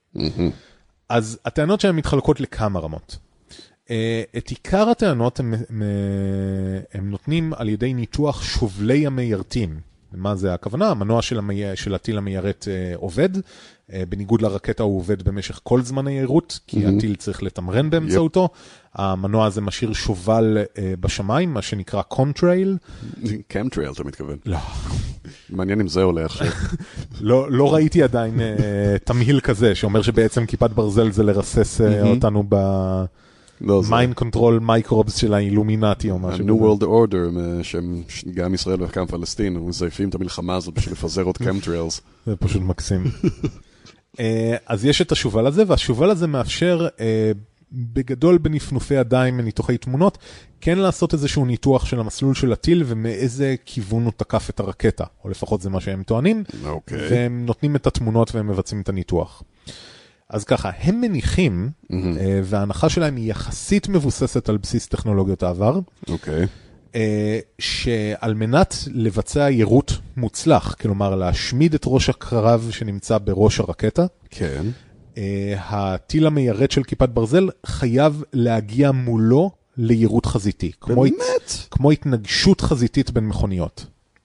אז הטענות שהן מתחלקות לכמה רמות. את עיקר הטענות הם, הם נותנים על ידי ניתוח שובלי המיירטים, מה זה הכוונה? המנוע של, המי... של הטיל המיירט אה, עובד, אה, בניגוד לרקטה הוא עובד במשך כל זמן היירוט, כי mm-hmm. הטיל צריך לתמרן באמצעותו. Yep. המנוע הזה משאיר שובל אה, בשמיים, מה שנקרא קומטרייל. קמטרייל אתה מתכוון? לא. מעניין אם זה עולה עכשיו. לא, לא ראיתי עדיין אה, תמהיל כזה, שאומר שבעצם כיפת ברזל זה לרסס אה, mm-hmm. אותנו ב... מיינד קונטרול מייקרובס של האילומינטי או משהו. ה-New World Order, שהם גם ישראל וגם פלסטין, הם מזייפים את המלחמה הזאת בשביל לפזר עוד קמטריילס. זה פשוט מקסים. אז יש את השובל הזה, והשובל הזה מאפשר בגדול בנפנופי ידיים מניתוחי תמונות, כן לעשות איזשהו ניתוח של המסלול של הטיל ומאיזה כיוון הוא תקף את הרקטה, או לפחות זה מה שהם טוענים, והם נותנים את התמונות והם מבצעים את הניתוח. אז ככה, הם מניחים, mm-hmm. וההנחה שלהם היא יחסית מבוססת על בסיס טכנולוגיות העבר, אוקיי. Okay. שעל מנת לבצע יירוט מוצלח, כלומר להשמיד את ראש הקרב שנמצא בראש הרקטה, כן. הטיל המיירט של כיפת ברזל חייב להגיע מולו ליירוט חזיתי. באמת? כמו, כמו התנגשות חזיתית בין מכוניות.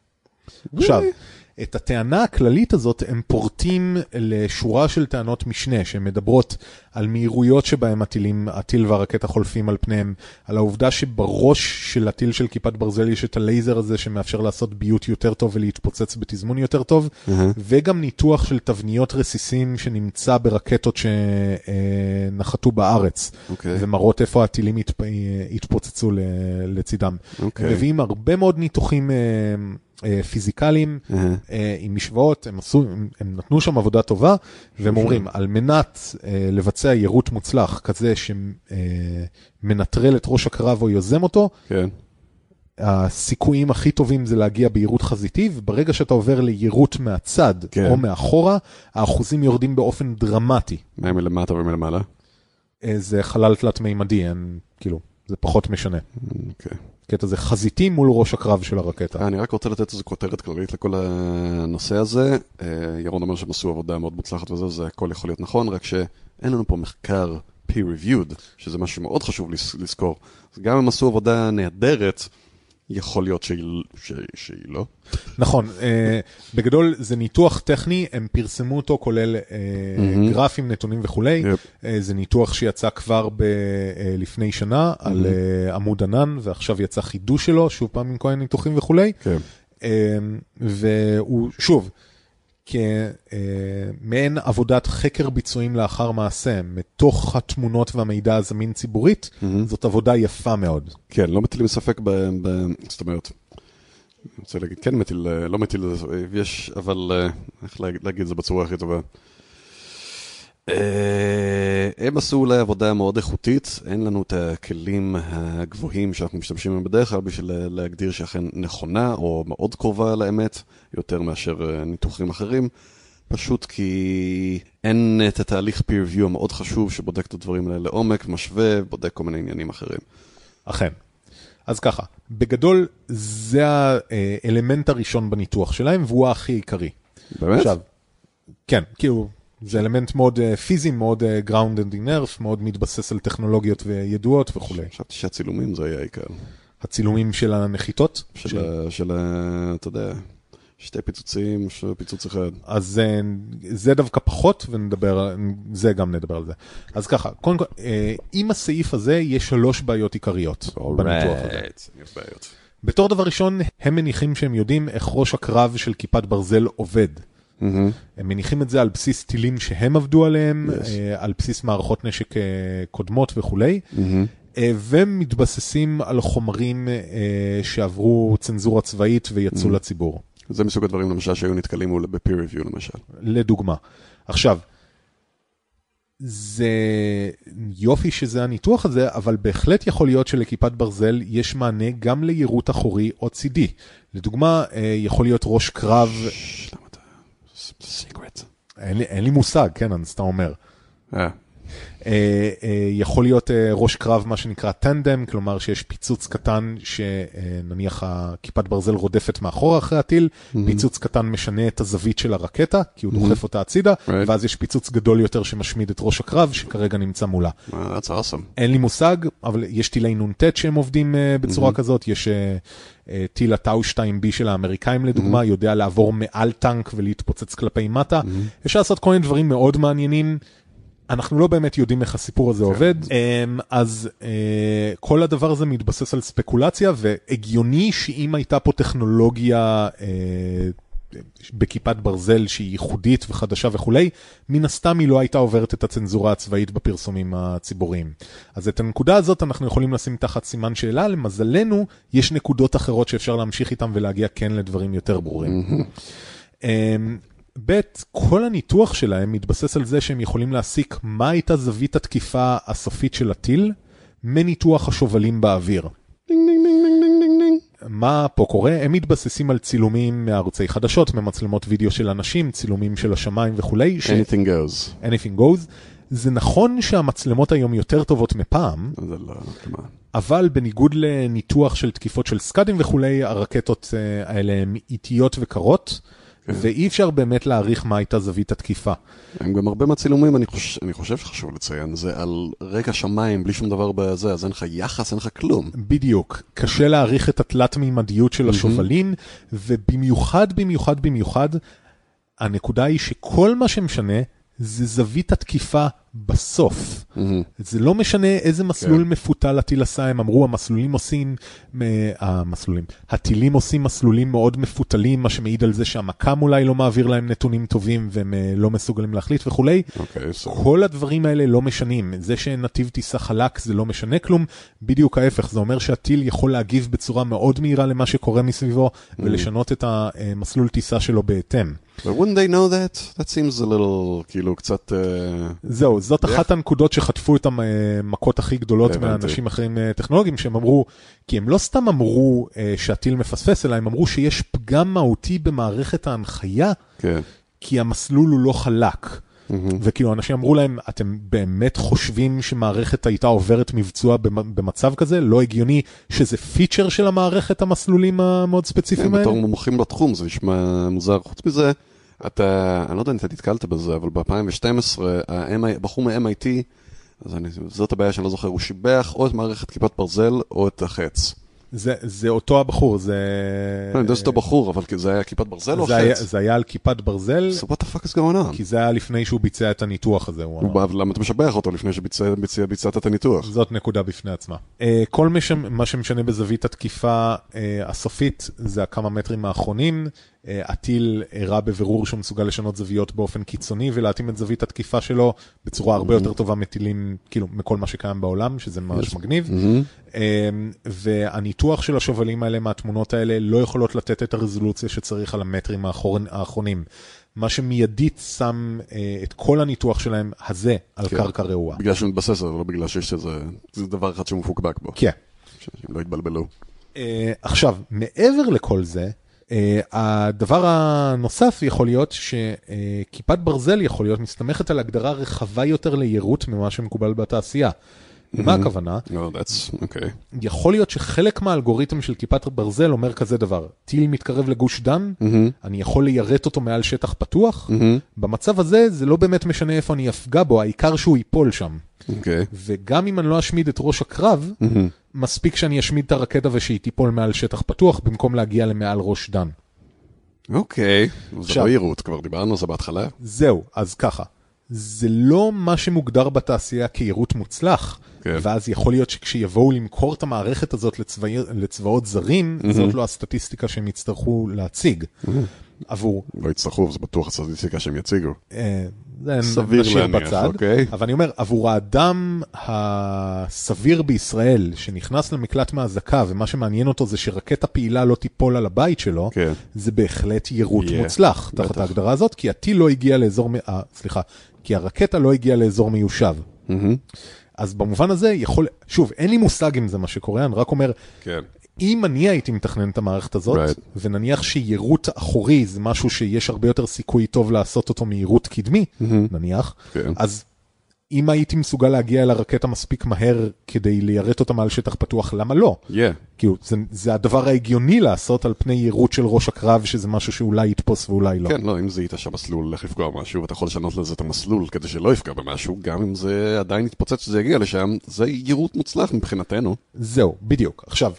עכשיו, את הטענה הכללית הזאת הם פורטים לשורה של טענות משנה שמדברות על מהירויות שבהם הטילים, הטיל והרקטה חולפים על פניהם, על העובדה שבראש של הטיל של כיפת ברזל יש את הלייזר הזה שמאפשר לעשות ביות יותר טוב ולהתפוצץ בתזמון יותר טוב, mm-hmm. וגם ניתוח של תבניות רסיסים שנמצא ברקטות שנחתו בארץ, okay. ומראות איפה הטילים התפ... התפוצצו לצידם. Okay. הם מביאים הרבה מאוד ניתוחים פיזיקליים, uh-huh. עם משוואות, הם, עשו, הם, הם נתנו שם עבודה טובה, והם אומרים, על מנת uh, לבצע יירוט מוצלח, כזה שמנטרל את ראש הקרב או יוזם אותו, כן. הסיכויים הכי טובים זה להגיע ביירוט חזיתי, וברגע שאתה עובר ליירוט מהצד, כן. או מאחורה, האחוזים יורדים באופן דרמטי. מה מלמטה ומלמעלה? זה חלל תלת מימדי, אין, כאילו, זה פחות משנה. אוקיי. קטע זה חזיתי מול ראש הקרב של הרקטה. אני רק רוצה לתת איזו כותרת כללית לכל הנושא הזה. ירון אומר שהם עשו עבודה מאוד מוצלחת וזה, זה הכל יכול להיות נכון, רק שאין לנו פה מחקר peer-reviewed, שזה משהו מאוד חשוב לזכור. אז גם אם עשו עבודה נהדרת, יכול להיות שהיא, שהיא, שהיא לא. נכון, אה, בגדול זה ניתוח טכני, הם פרסמו אותו כולל אה, mm-hmm. גרפים, נתונים וכולי, yep. אה, זה ניתוח שיצא כבר ב, אה, לפני שנה mm-hmm. על אה, עמוד ענן, ועכשיו יצא חידוש שלו, שוב פעם עם כל הניתוחים וכולי, okay. אה, והוא שוב, כמעין עבודת חקר ביצועים לאחר מעשה, מתוך התמונות והמידע הזמין ציבורית, mm-hmm. זאת עבודה יפה מאוד. כן, לא מטילים ספק ב... ב... זאת אומרת, אני רוצה להגיד, כן מטיל, לא מטיל, יש, אבל איך להגיד את זה בצורה הכי טובה. הם עשו אולי עבודה מאוד איכותית, אין לנו את הכלים הגבוהים שאנחנו משתמשים בהם בדרך כלל בשביל להגדיר שאכן נכונה או מאוד קרובה לאמת, יותר מאשר ניתוחים אחרים, פשוט כי אין את התהליך peer review המאוד חשוב שבודק את הדברים האלה לעומק, משווה, בודק כל מיני עניינים אחרים. אכן. אז ככה, בגדול זה האלמנט הראשון בניתוח שלהם, והוא הכי עיקרי. באמת? עכשיו, כן, כאילו... זה אלמנט מאוד uh, פיזי, מאוד uh, grounded in earth, מאוד מתבסס על טכנולוגיות וידועות וכו'. חשבתי שהצילומים זה היה העיקר. הצילומים של הנחיתות? של, של... ה, של ה, אתה יודע, שתי פיצוצים, פיצוץ אחד. אז uh, זה דווקא פחות, ונדבר, זה גם נדבר על זה. אז ככה, קודם כל, uh, עם הסעיף הזה יש שלוש בעיות עיקריות All בניתוח right. הזה. יש בעיות. בתור דבר ראשון, הם מניחים שהם יודעים איך ראש הקרב של כיפת ברזל עובד. Mm-hmm. הם מניחים את זה על בסיס טילים שהם עבדו עליהם, yes. על בסיס מערכות נשק קודמות וכולי, mm-hmm. ומתבססים על חומרים שעברו צנזורה צבאית ויצאו mm-hmm. לציבור. זה מסוג הדברים למשל שהיו נתקלים ב-peer review למשל. לדוגמה. עכשיו, זה יופי שזה הניתוח הזה, אבל בהחלט יכול להיות שלכיפת ברזל יש מענה גם ליירוט אחורי או צידי. לדוגמה, יכול להיות ראש קרב... secret. אין לי, אין לי מושג, כן, אני סתם אומר. יכול להיות ראש קרב, מה שנקרא טנדם, כלומר שיש פיצוץ קטן שנניח הכיפת ברזל רודפת מאחורה אחרי הטיל, פיצוץ קטן משנה את הזווית של הרקטה, כי הוא דוחף אותה הצידה, ואז יש פיצוץ גדול יותר שמשמיד את ראש הקרב, שכרגע נמצא מולה. That's awesome. אין לי מושג, אבל יש טילי נונטט שהם עובדים בצורה כזאת, יש טיל הטאו שתיים בי של האמריקאים לדוגמה, יודע לעבור מעל טנק ולהתפוצץ כלפי מטה. אפשר לעשות כל מיני דברים מאוד מעניינים, אנחנו לא באמת יודעים איך הסיפור הזה עובד, אז כל הדבר הזה מתבסס על ספקולציה, והגיוני שאם הייתה פה טכנולוגיה בכיפת ברזל שהיא ייחודית וחדשה וכולי, מן הסתם היא לא הייתה עוברת את הצנזורה הצבאית בפרסומים הציבוריים. אז את הנקודה הזאת אנחנו יכולים לשים תחת סימן שאלה, למזלנו יש נקודות אחרות שאפשר להמשיך איתם ולהגיע כן לדברים יותר ברורים. ב' כל הניתוח שלהם מתבסס על זה שהם יכולים להסיק מה הייתה זווית התקיפה הסופית של הטיל, מניתוח השובלים באוויר. מה פה קורה? הם מתבססים על צילומים מערוצי חדשות, ממצלמות וידאו של אנשים, צילומים של השמיים וכולי. Anything goes. Anything goes. זה נכון שהמצלמות היום יותר טובות מפעם, זה לא, כמה. אבל בניגוד לניתוח של תקיפות של סקאדים וכולי, הרקטות האלה הן איטיות וקרות, ואי אפשר באמת להעריך מה הייתה זווית התקיפה. הם גם הרבה מהצילומים, אני חושב, אני חושב שחשוב לציין, זה על רקע שמיים, בלי שום דבר בזה, אז אין לך יחס, אין לך כלום. בדיוק. קשה להעריך את התלת מימדיות של השובלין, ובמיוחד, במיוחד, במיוחד, הנקודה היא שכל מה שמשנה, זה זווית התקיפה בסוף. Mm-hmm. זה לא משנה איזה מסלול okay. מפותל הטיל עשה, הם אמרו, המסלולים עושים, המסלולים, הטילים עושים מסלולים מאוד מפותלים, מה שמעיד על זה שהמקם אולי לא מעביר להם נתונים טובים, והם לא מסוגלים להחליט וכולי. Okay, so... כל הדברים האלה לא משנים. זה שנתיב טיסה חלק זה לא משנה כלום, בדיוק ההפך. זה אומר שהטיל יכול להגיב בצורה מאוד מהירה למה שקורה מסביבו, mm-hmm. ולשנות את המסלול טיסה שלו בהתאם. But wouldn't they know that? That seems a little, כאילו, קצת... זהו, זאת אחת הנקודות שחטפו את המכות הכי גדולות מהאנשים אחרים טכנולוגיים, שהם אמרו, כי הם לא סתם אמרו שהטיל מפספס, אלא הם אמרו שיש פגם מהותי במערכת ההנחיה, כי המסלול הוא לא חלק. וכאילו, אנשים אמרו להם, אתם באמת חושבים שמערכת הייתה עוברת מבצוע במצב כזה? לא הגיוני שזה פיצ'ר של המערכת, המסלולים המאוד ספציפיים האלה? בתור מומחים בתחום, זה נשמע מוזר. חוץ מזה, אתה, אני לא יודע אם אתה תתקלת בזה, אבל ב-אלפיים ושתים עשרה, בחור מ-אם איי טי, אז אני, זאת הבעיה שאני לא זוכר, הוא שיבח או את מערכת כיפת ברזל או את החץ. זה, זה אותו הבחור, זה... אני יודע שזה אותו בחור, אבל זה היה כיפת ברזל או חץ? זה היה על כיפת ברזל. So what the fuck is going on? כי זה היה לפני שהוא ביצע את הניתוח הזה. למה אתה משבח אותו לפני שביצעת את הניתוח? זאת נקודה בפני עצמה. כל מה שמשנה בזווית התקיפה הסופית, זה הכמה מטרים האחרונים. הטיל הראה בבירור שהוא מסוגל לשנות זוויות באופן קיצוני, ולהתאים את זווית התקיפה שלו בצורה הרבה יותר טובה מטילים, כאילו, מכל מה שקיים בעולם, שזה ממש מגניב. והניתוח של השובלים האלה מהתמונות האלה לא יכולות לתת את הרזולוציה שצריך על המטרים האחרונים. מה שמיידית שם את כל הניתוח שלהם הזה על קרקע רעועה. בגלל שהוא מתבסס, אבל לא בגלל שיש איזה, זה דבר אחד שמפוקבק בו. כן. שאנשים לא יתבלבלו. עכשיו, מעבר לכל זה, Uh, הדבר הנוסף יכול להיות שכיפת ברזל יכול להיות מסתמכת על הגדרה רחבה יותר לירות ממה שמקובל בתעשייה. Mm-hmm. מה הכוונה? Oh, that's okay. יכול להיות שחלק מהאלגוריתם של כיפת ברזל אומר כזה דבר, טיל מתקרב לגוש דן, mm-hmm. אני יכול ליירט אותו מעל שטח פתוח, mm-hmm. במצב הזה זה לא באמת משנה איפה אני אפגע בו, העיקר שהוא ייפול שם. Okay. וגם אם אני לא אשמיד את ראש הקרב, mm-hmm. מספיק שאני אשמיד את הרקטה ושהיא תיפול מעל שטח פתוח, במקום להגיע למעל ראש דן. אוקיי, okay. זה לא יירוט, כבר דיברנו על זה בהתחלה. זהו, אז ככה. זה לא מה שמוגדר בתעשייה כיירוט מוצלח, okay. ואז יכול להיות שכשיבואו למכור את המערכת הזאת לצבא, לצבאות זרים, mm-hmm. זאת לא הסטטיסטיקה שהם יצטרכו להציג. Mm-hmm. עבור... לא יצטרכו, זה בטוח הסטטיסטיקה שהם יציגו. זה סביר להניח, בצד. אוקיי. אבל אני אומר, עבור האדם הסביר בישראל, שנכנס למקלט מהזקה, ומה שמעניין אותו זה שרקטה פעילה לא תיפול על הבית שלו, כן. זה בהחלט יירוט yeah, מוצלח, תחת בטח. ההגדרה הזאת, כי הטיל לא הגיע לאזור, אה, סליחה, כי הרקטה לא הגיעה לאזור מיושב. Mm-hmm. אז במובן הזה יכול, שוב, אין לי מושג אם זה מה שקורה, אני רק אומר, כן. אם אני הייתי מתכנן את המערכת הזאת, right. ונניח שיירוט אחורי זה משהו שיש הרבה יותר סיכוי טוב לעשות אותו מיירוט קדמי, mm-hmm. נניח, כן. אז אם הייתי מסוגל להגיע אל הרקטה מספיק מהר כדי ליירט אותה מעל שטח פתוח, למה לא? Yeah. כאילו, זה, זה הדבר ההגיוני לעשות על פני יירוט של ראש הקרב, שזה משהו שאולי יתפוס ואולי לא. כן, לא, אם זה יתשע מסלול, איך לפגוע במשהו, ואתה יכול לשנות לזה את המסלול כדי שלא יפגע במשהו, גם אם זה עדיין יתפוצץ שזה יגיע לשם, זה יירוט מוצלח מבחינתנו. זהו, בדיוק. עכשיו,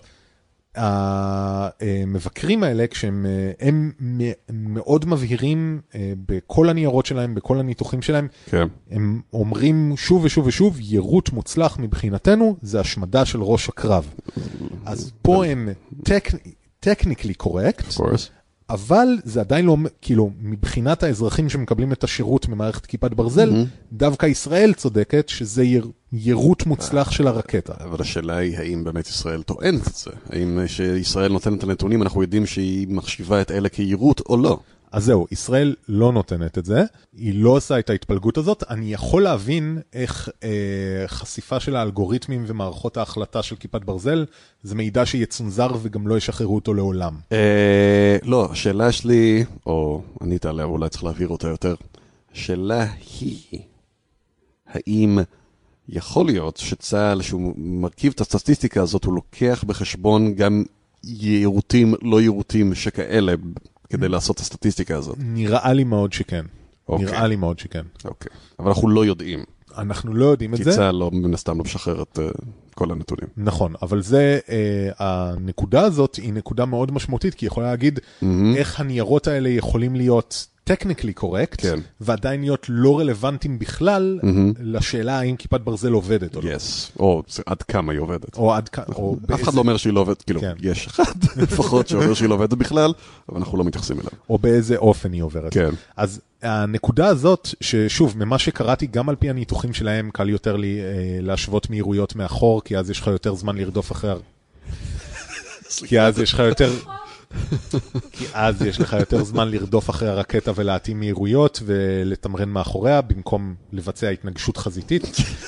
המבקרים האלה, כשהם הם מאוד מבהירים בכל הניירות שלהם, בכל הניתוחים שלהם, כן. הם אומרים שוב ושוב ושוב, יירוט מוצלח מבחינתנו, זה השמדה של ראש הקרב. אז פה הם technically correct, אבל זה עדיין לא, כאילו, מבחינת האזרחים שמקבלים את השירות ממערכת כיפת ברזל, דווקא ישראל צודקת שזה יירוט מוצלח של הרקטה. אבל השאלה היא, האם באמת ישראל טוענת את זה? האם שישראל נותנת את הנתונים, אנחנו יודעים שהיא מחשיבה את אלה כיירוט או לא? אז זהו, ישראל לא נותנת את זה, היא לא עושה את ההתפלגות הזאת, אני יכול להבין איך אה, חשיפה של האלגוריתמים ומערכות ההחלטה של כיפת ברזל, זה מידע שיצונזר וגם לא ישחררו אותו לעולם. אה, לא, השאלה שלי, או אני תעלה, אולי צריך להעביר אותה יותר, השאלה היא, האם יכול להיות שצה"ל, שהוא מרכיב את הסטטיסטיקה הזאת, הוא לוקח בחשבון גם יירוטים, לא יירוטים שכאלה, כדי לעשות את הסטטיסטיקה הזאת? נראה לי מאוד שכן. אוקיי. נראה לי מאוד שכן. אוקיי. אבל אנחנו לא יודעים. אנחנו לא יודעים את כי זה. כי צה"ל לא, מן הסתם לא משחרר את uh, כל הנתונים. נכון, אבל זה, אה, הנקודה הזאת היא נקודה מאוד משמעותית, כי היא יכולה להגיד mm-hmm. איך הניירות האלה יכולים להיות technically correct, כן. ועדיין להיות לא רלוונטיים בכלל mm-hmm. לשאלה האם כיפת ברזל עובדת או לא. Yes, או עד כמה היא עובדת. או עד כמה, או אף באיזה... אחד לא אומר שהיא לא עובדת, כאילו, כן. יש אחד לפחות שאומר שהיא לא עובדת בכלל, אבל אנחנו לא מתייחסים אליו. או באיזה אופן היא עוברת. כן. אז הנקודה הזאת, ששוב, ממה שקראתי, גם על פי הניתוחים שלהם, קל יותר לי אה, להשוות מהירויות מאחור, כי אז יש לך יותר זמן לרדוף אחרי... כי אז יש לך יותר... כי אז יש לך יותר זמן לרדוף אחרי הרקטה ולהתאים מהירויות ולתמרן מאחוריה, במקום לבצע התנגשות חזיתית.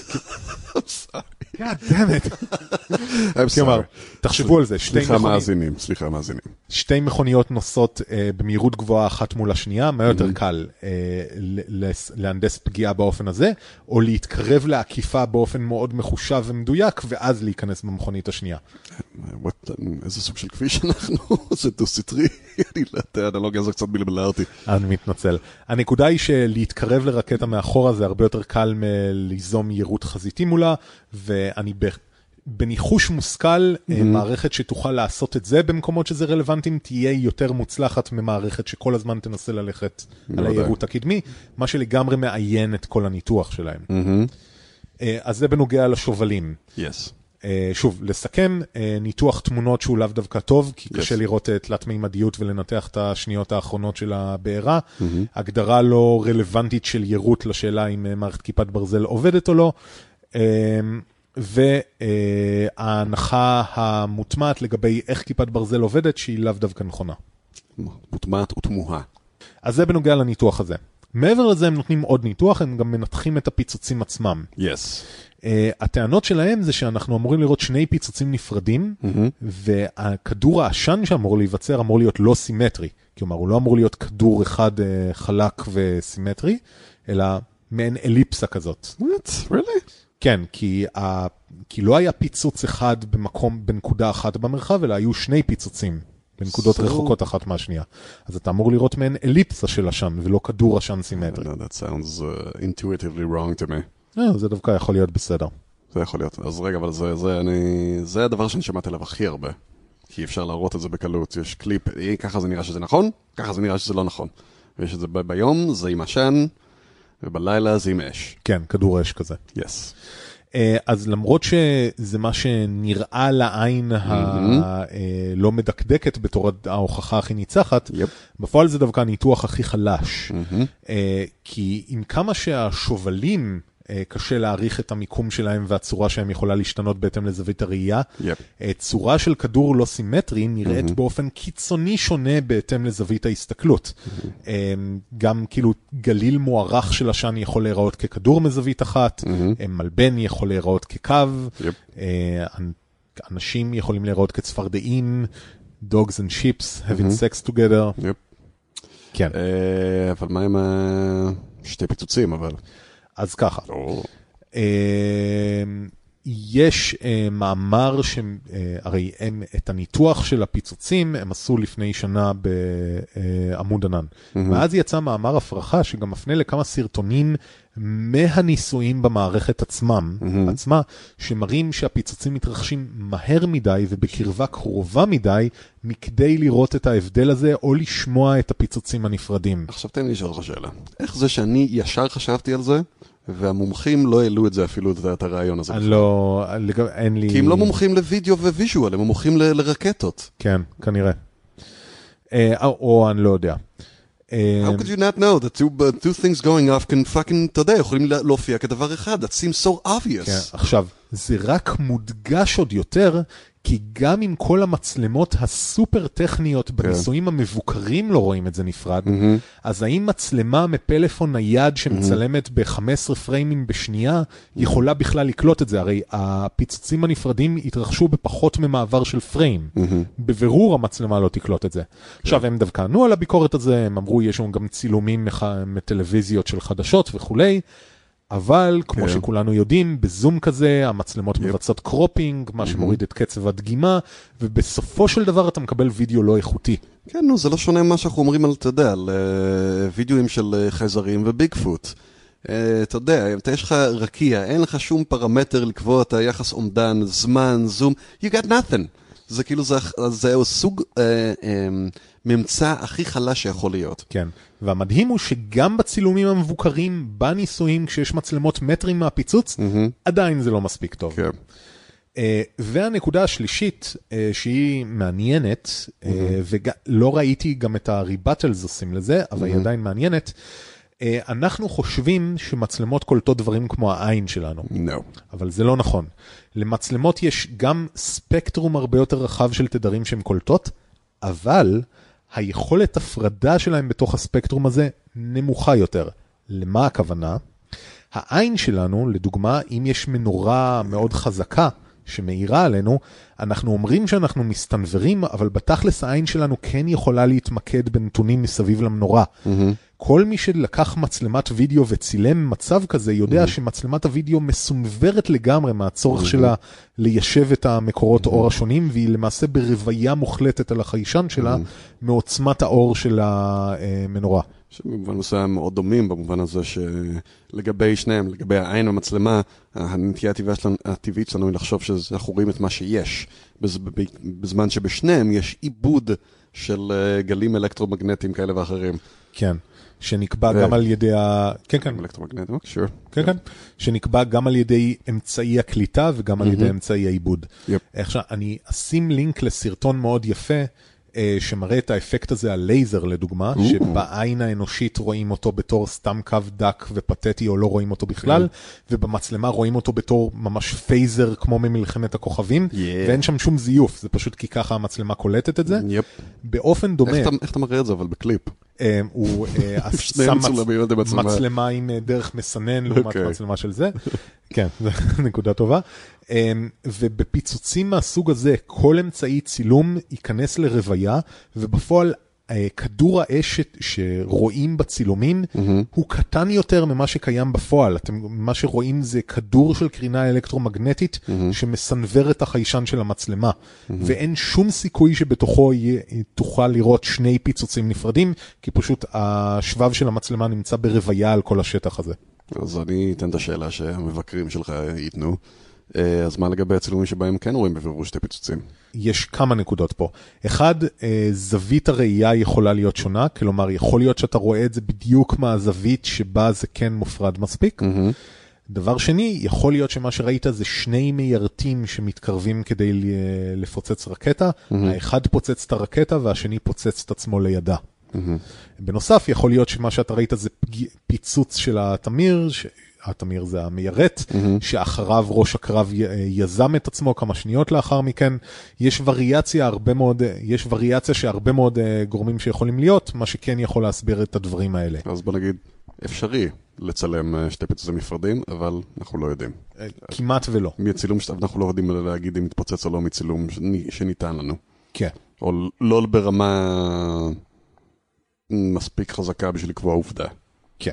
God damn it. כלומר, תחשבו על זה. סליחה מאזינים, סליחה מאזינים. שתי מכוניות נוסעות במהירות גבוהה אחת מול השנייה, מה יותר קל להנדס פגיעה באופן הזה, או להתקרב לעקיפה באופן מאוד מחושב ומדויק, ואז להיכנס במכונית השנייה. איזה סוג של כביש אנחנו? זה דו-סטרי? אני לא יודע, האנלוגיה הזו קצת בלבלה אותי. אני מתנצל. הנקודה היא שלהתקרב לרקטה מאחורה זה הרבה יותר קל מליזום מהירות חזיתי מולה, ואני בניחוש מושכל, מערכת שתוכל לעשות את זה במקומות שזה רלוונטיים, תהיה יותר מוצלחת ממערכת שכל הזמן תנסה ללכת על הירות הקדמי, מה שלגמרי מעיין את כל הניתוח שלהם. אז זה בנוגע לשובלים. Yes. שוב, לסכם, ניתוח תמונות שהוא לאו דווקא טוב, כי קשה לראות תלת מימדיות ולנתח את השניות האחרונות של הבעירה. הגדרה לא רלוונטית של ירות לשאלה אם מערכת כיפת ברזל עובדת או לא. וההנחה המוטמעת לגבי איך כיפת ברזל עובדת, שהיא לאו דווקא נכונה. מוטמעת ותמוהה. אז זה בנוגע לניתוח הזה. מעבר לזה הם נותנים עוד ניתוח, הם גם מנתחים את הפיצוצים עצמם. Yes. Uh, הטענות שלהם זה שאנחנו אמורים לראות שני פיצוצים נפרדים, mm-hmm. והכדור העשן שאמור להיווצר אמור להיות לא סימטרי. כלומר, הוא לא אמור להיות כדור אחד uh, חלק וסימטרי, אלא מעין אליפסה כזאת. What? Really? כן, כי, ה... כי לא היה פיצוץ אחד במקום, בנקודה אחת במרחב, אלא היו שני פיצוצים. בנקודות so... רחוקות אחת מהשנייה. אז אתה אמור לראות מעין אליפסה של עשן, ולא כדור עשן סימטרי. No, that sounds uh, intuitively wrong to me. Yeah, זה דווקא יכול להיות בסדר. זה יכול להיות. אז רגע, אבל זה, זה, אני, זה הדבר שאני שמעתי עליו הכי הרבה. כי אפשר להראות את זה בקלות. יש קליפ, ככה זה נראה שזה נכון, ככה זה נראה שזה לא נכון. ויש את זה ב- ביום, זה עם עשן, ובלילה זה עם אש. כן, כדור אש כזה. Yes. אז למרות שזה מה שנראה לעין הלא מדקדקת בתור ההוכחה הכי ניצחת, בפועל זה דווקא הניתוח הכי חלש. כי עם כמה שהשובלים קשה להעריך את המיקום שלהם והצורה שהם יכולה להשתנות בהתאם לזווית הראייה, צורה של כדור לא סימטרי נראית באופן קיצוני שונה בהתאם לזווית ההסתכלות. גם כאילו גליל מוערך של עשן יכול להיראות ככדור מזווית אחת, מלבן יכול להיראות כקו, אנשים יכולים להיראות כצפרדעים, dogs and ships having sex together. כן. אבל מה עם שתי פיצוצים, אבל... אז ככה, יש מאמר שהרי הם את הניתוח של הפיצוצים הם עשו לפני שנה בעמוד ענן, ואז יצא מאמר הפרחה שגם מפנה לכמה סרטונים מהניסויים במערכת עצמם, עצמה, שמראים שהפיצוצים מתרחשים מהר מדי ובקרבה קרובה מדי, מכדי לראות את ההבדל הזה או לשמוע את הפיצוצים הנפרדים. עכשיו תן לי לשאול לך שאלה. איך זה שאני ישר חשבתי על זה, והמומחים לא העלו את זה אפילו את הרעיון הזה? לא, אין לי... כי הם לא מומחים לוידאו וויז'ואל, הם מומחים לרקטות. כן, כנראה. או אני לא יודע. How could you not know that two, uh, two things going off can fucking, אתה יודע, יכולים להופיע כדבר אחד? That seems so obvious. כן, עכשיו, זה רק מודגש עוד יותר, כי גם עם כל המצלמות הסופר טכניות בניסויים המבוקרים לא רואים את זה נפרד, אז האם מצלמה מפלאפון נייד שמצלמת ב-חמישה עשר פריימים בשנייה יכולה בכלל לקלוט את זה? הרי הפיצוצים הנפרדים התרחשו בפחות ממעבר של פריים. בבירור המצלמה לא תקלוט את זה. עכשיו הם דווקא ענו על הביקורת הזה, הם אמרו יש לנו גם צילומים מטלוויזיות של חדשות וכולי, אבל, כמו שכולנו יודעים, בזום כזה, המצלמות מבצעות קרופינג, מה שמוריד את קצב הדגימה, ובסופו של דבר אתה מקבל וידאו לא איכותי. כן, נו, זה לא שונה ממה שאנחנו אומרים על, אתה יודע, על uh, וידאוים של uh, חייזרים וביג פוט. Uh, אתה יודע, אתה יש לך רקיע, אין לך שום פרמטר לקבוע את היחס עומדן, זמן, זום, you got nothing. זה כאילו, זה, זה סוג uh, um, ממצא הכי חלש שיכול להיות. כן, והמדהים הוא שגם בצילומים המבוקרים, בניסויים, כשיש מצלמות מטרים מהפיצוץ, mm-hmm. עדיין זה לא מספיק טוב. כן. Uh, והנקודה השלישית, uh, שהיא מעניינת, mm-hmm. uh, ולא ראיתי גם את הריבטלס עושים לזה, אבל mm-hmm. היא עדיין מעניינת, uh, אנחנו חושבים שמצלמות קולטות דברים כמו העין שלנו. No. אבל זה לא נכון. למצלמות יש גם ספקטרום הרבה יותר רחב של תדרים שהן קולטות, אבל היכולת הפרדה שלהם בתוך הספקטרום הזה נמוכה יותר. למה הכוונה? העין שלנו, לדוגמה, אם יש מנורה מאוד חזקה שמאירה עלינו, אנחנו אומרים שאנחנו מסתנברים, אבל בתכלס העין שלנו כן יכולה להתמקד בנתונים מסביב למנורה. Mm-hmm. כל מי שלקח מצלמת וידאו וצילם מצב כזה, יודע mm-hmm. שמצלמת הוידאו מסונברת לגמרי מהצורך mm-hmm. שלה ליישב את המקורות mm-hmm. אור השונים, והיא למעשה ברוויה מוחלטת על החיישן שלה, mm-hmm. מעוצמת האור של המנורה. שבמובן מסוים מאוד דומים, במובן הזה שלגבי שניהם, לגבי העין והמצלמה, הנטייה הטבעית שלנו היא לחשוב שאנחנו רואים את מה שיש, בזמן שבשניהם יש עיבוד של גלים אלקטרומגנטיים כאלה ואחרים. כן, שנקבע גם על ידי ה... כן, כן. אלקטרומגנטיים, sure. כן, כן. שנקבע גם על ידי אמצעי הקליטה וגם על ידי אמצעי העיבוד. עכשיו, אני אשים לינק לסרטון מאוד יפה, שמראה את האפקט הזה על לייזר, לדוגמה, שבעין האנושית רואים אותו בתור סתם קו דק ופתטי, או לא רואים אותו בכלל, ובמצלמה רואים אותו בתור ממש פייזר, כמו ממלחמת הכוכבים, ואין שם שום זיוף, זה פשוט כי ככה המצלמה קולטת את זה. באופן דומה... איך אתה מראה את זה, אבל בקליפ? הוא שם מצלמה עם דרך מסנן, לעומת מצלמה של זה. כן, זו נקודה טובה. ובפיצוצים מהסוג הזה, כל אמצעי צילום ייכנס לרוויה, ובפועל כדור האש שרואים בצילומים הוא קטן יותר ממה שקיים בפועל. מה שרואים זה כדור של קרינה אלקטרומגנטית שמסנבר את החיישן של המצלמה, ואין שום סיכוי שבתוכו תוכל לראות שני פיצוצים נפרדים, כי פשוט השבב של המצלמה נמצא ברוויה על כל השטח הזה. אז אני אתן את השאלה שהמבקרים שלך ייתנו. אז מה לגבי הצילומים שבהם כן רואים בבירור שתי פיצוצים? יש כמה נקודות פה. אחד, זווית הראייה יכולה להיות שונה, כלומר, יכול להיות שאתה רואה את זה בדיוק מהזווית שבה זה כן מופרד מספיק. Mm-hmm. דבר שני, יכול להיות שמה שראית זה שני מיירטים שמתקרבים כדי לפוצץ רקטה. Mm-hmm. האחד פוצץ את הרקטה והשני פוצץ את עצמו לידה. Mm-hmm. בנוסף, יכול להיות שמה שאתה ראית זה פיצוץ של התמיר, ש... התמיר זה המיירט, mm-hmm. שאחריו ראש הקרב יזם את עצמו כמה שניות לאחר מכן. יש וריאציה הרבה מאוד, יש וריאציה שהרבה מאוד גורמים שיכולים להיות, מה שכן יכול להסביר את הדברים האלה. אז בוא נגיד, אפשרי לצלם שתי פיצוצים נפרדים, אבל אנחנו לא יודעים. כמעט ולא. מצילום אנחנו לא יודעים להגיד אם מתפוצץ או לא מצילום שניתן לנו. כן. או לא ברמה מספיק חזקה בשביל לקבוע עובדה. כן.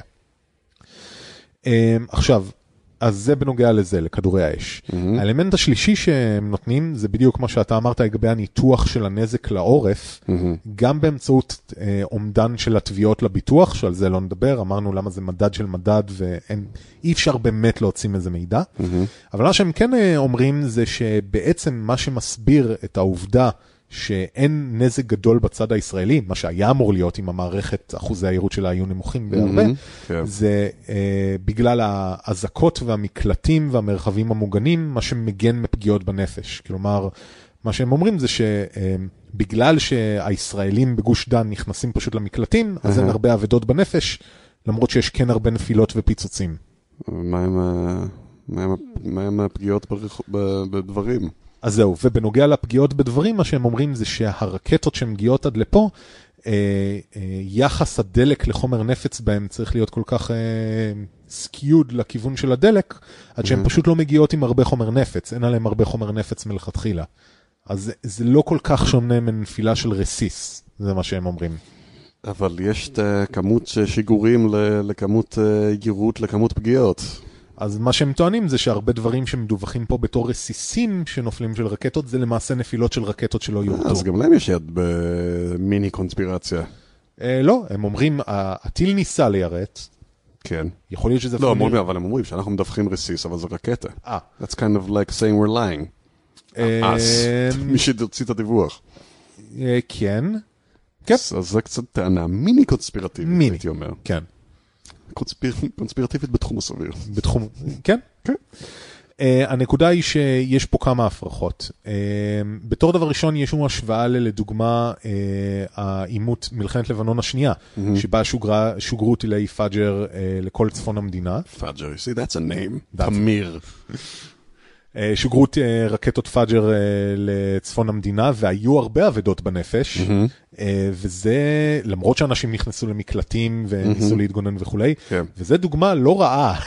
עכשיו, אז זה בנוגע לזה, לכדורי האש. Mm-hmm. האלמנט השלישי שהם נותנים, זה בדיוק מה שאתה אמרת לגבי הניתוח של הנזק לעורף, mm-hmm. גם באמצעות אה, אומדן של התביעות לביטוח, שעל זה לא נדבר, אמרנו למה זה מדד של מדד, ואי אפשר באמת להוציא מזה מידע. Mm-hmm. אבל מה שהם כן אה, אומרים, זה שבעצם מה שמסביר את העובדה, שאין נזק גדול בצד הישראלי, מה שהיה אמור להיות עם המערכת, אחוזי העירות שלה היו נמוכים בהרבה, mm-hmm, yeah. זה אה, בגלל ההזקות והמקלטים והמרחבים המוגנים, מה שמגן מפגיעות בנפש. כלומר, מה שהם אומרים זה שבגלל אה, שהישראלים בגוש דן נכנסים פשוט למקלטים, mm-hmm. אז אין הרבה עבדות בנפש, למרות שיש כן הרבה נפילות ופיצוצים. מה עם, מה עם, מה עם הפגיעות בדברים? אז זהו, ובנוגע לפגיעות בדברים, מה שהם אומרים זה שהרקטות שמגיעות עד לפה, אה, אה, יחס הדלק לחומר נפץ בהם צריך להיות כל כך אה, סקיוד לכיוון של הדלק, עד שהן פשוט לא מגיעות עם הרבה חומר נפץ, אין עליהם הרבה חומר נפץ מלכתחילה. אז זה, זה לא כל כך שונה מנפילה של רסיס, זה מה שהם אומרים. אבל יש כמות שיגורים לכמות יירוט, לכמות פגיעות. אז מה שהם טוענים זה שהרבה דברים שמדווחים פה בתור רסיסים שנופלים של רקטות, זה למעשה נפילות של רקטות שלא יורדו. אז גם להם יש יד במיני קונספירציה. אה, לא, הם אומרים, הטיל ניסה ליירט. כן. יכול להיות שזה... לא, אומרים, אבל הם אומרים שאנחנו מדווחים רסיס, אבל זה רקטה. אה. That's kind of like saying we're lying. אז, מי שתוציא את הדיווח. כן. אז זה קצת טענה מיני קונספירטיבית, הייתי אומר. כן. קונספירטיבית בתחום הסביר. בתחום, כן? כן. הנקודה היא שיש פה כמה הפרחות. בתור דבר ראשון יש לנו השוואה לדוגמה העימות מלחמת לבנון השנייה, שבה שוגרו טילי פאג'ר לכל צפון המדינה. פאג'ר, see that's a name. תמיר. שוגרו רקטות פאג'ר לצפון המדינה, והיו הרבה אבדות בנפש, וזה, למרות שאנשים נכנסו למקלטים וניסו להתגונן וכולי, וזה דוגמה לא רעה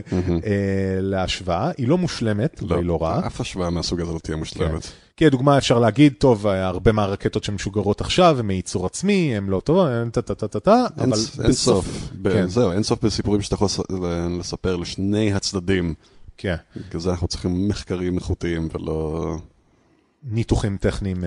להשוואה, היא לא מושלמת, והיא לא רעה. אף השוואה מהסוג הזה לא תהיה מושלמת. כי הדוגמה אפשר להגיד, טוב, הרבה מהרקטות שמשוגרות עכשיו, הם מייצור עצמי, הם לא טוב, אבל אין סוף, זהו, אין סוף בסיפורים שאתה יכול לספר לשני הצדדים. כן. בגלל זה אנחנו צריכים מחקרים איכותיים ולא... ניתוחים טכניים.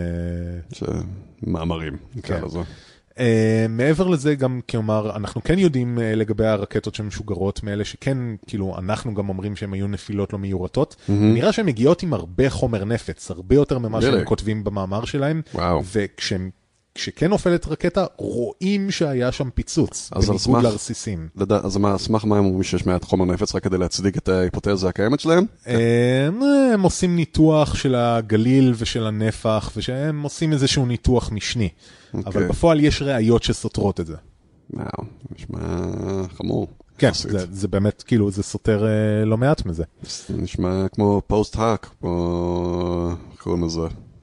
מאמרים, נקרא לזה. מעבר לזה גם, כלומר, אנחנו כן יודעים לגבי הרקטות שמשוגרות מאלה שכן, כאילו, אנחנו גם אומרים שהן היו נפילות לא מיורטות. נראה שהן מגיעות עם הרבה חומר נפץ, הרבה יותר ממה שהם כותבים במאמר שלהם. וכשהם... כשכן נופלת רקטה, רואים שהיה שם פיצוץ, בניגוד לרסיסים. אז מה, סמך מה הם אומרים שיש מעט חומר נפץ רק כדי להצדיק את ההיפותזה הקיימת שלהם? הם עושים ניתוח של הגליל ושל הנפח, ושהם עושים איזשהו ניתוח משני. אבל בפועל יש ראיות שסותרות את זה. וואו, נשמע חמור. כן, זה באמת, כאילו, זה סותר לא מעט מזה. נשמע כמו פוסט-האק, כמו... קוראים לזה.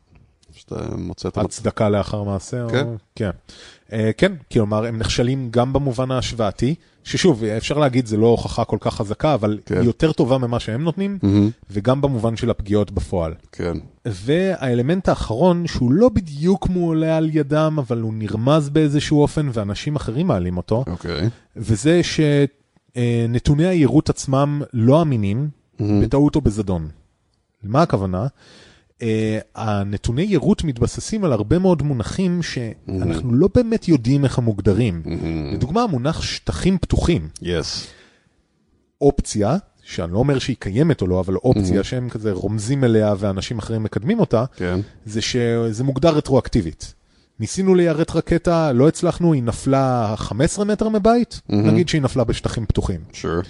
הצדקה לאחר מעשה? כן. כן, כלומר, הם נכשלים גם במובן ההשוואתי, ששוב, אפשר להגיד, זה לא הוכחה כל כך חזקה, אבל היא יותר טובה ממה שהם נותנים, וגם במובן של הפגיעות בפועל. כן. והאלמנט האחרון, שהוא לא בדיוק מעולה על ידם, אבל הוא נרמז באיזשהו אופן, ואנשים אחרים מעלים אותו, וזה שנתוני העירות עצמם לא אמינים, בטעות או בזדון. למה הכוונה? הנתוני עירות מתבססים על הרבה מאוד מונחים שאנחנו לא באמת יודעים איך הם מוגדרים. לדוגמה, המונח שטחים פתוחים. אופציה, שאני לא אומר שהיא קיימת או לא, אבל אופציה שהם כזה רומזים אליה ואנשים אחרים מקדמים אותה, זה שזה מוגדר רטרואקטיבית. ניסינו ליירט רקטה, לא הצלחנו, היא נפלה חמישה עשר מטר מבית, נגיד שהיא נפלה בשטחים פתוחים. Sure.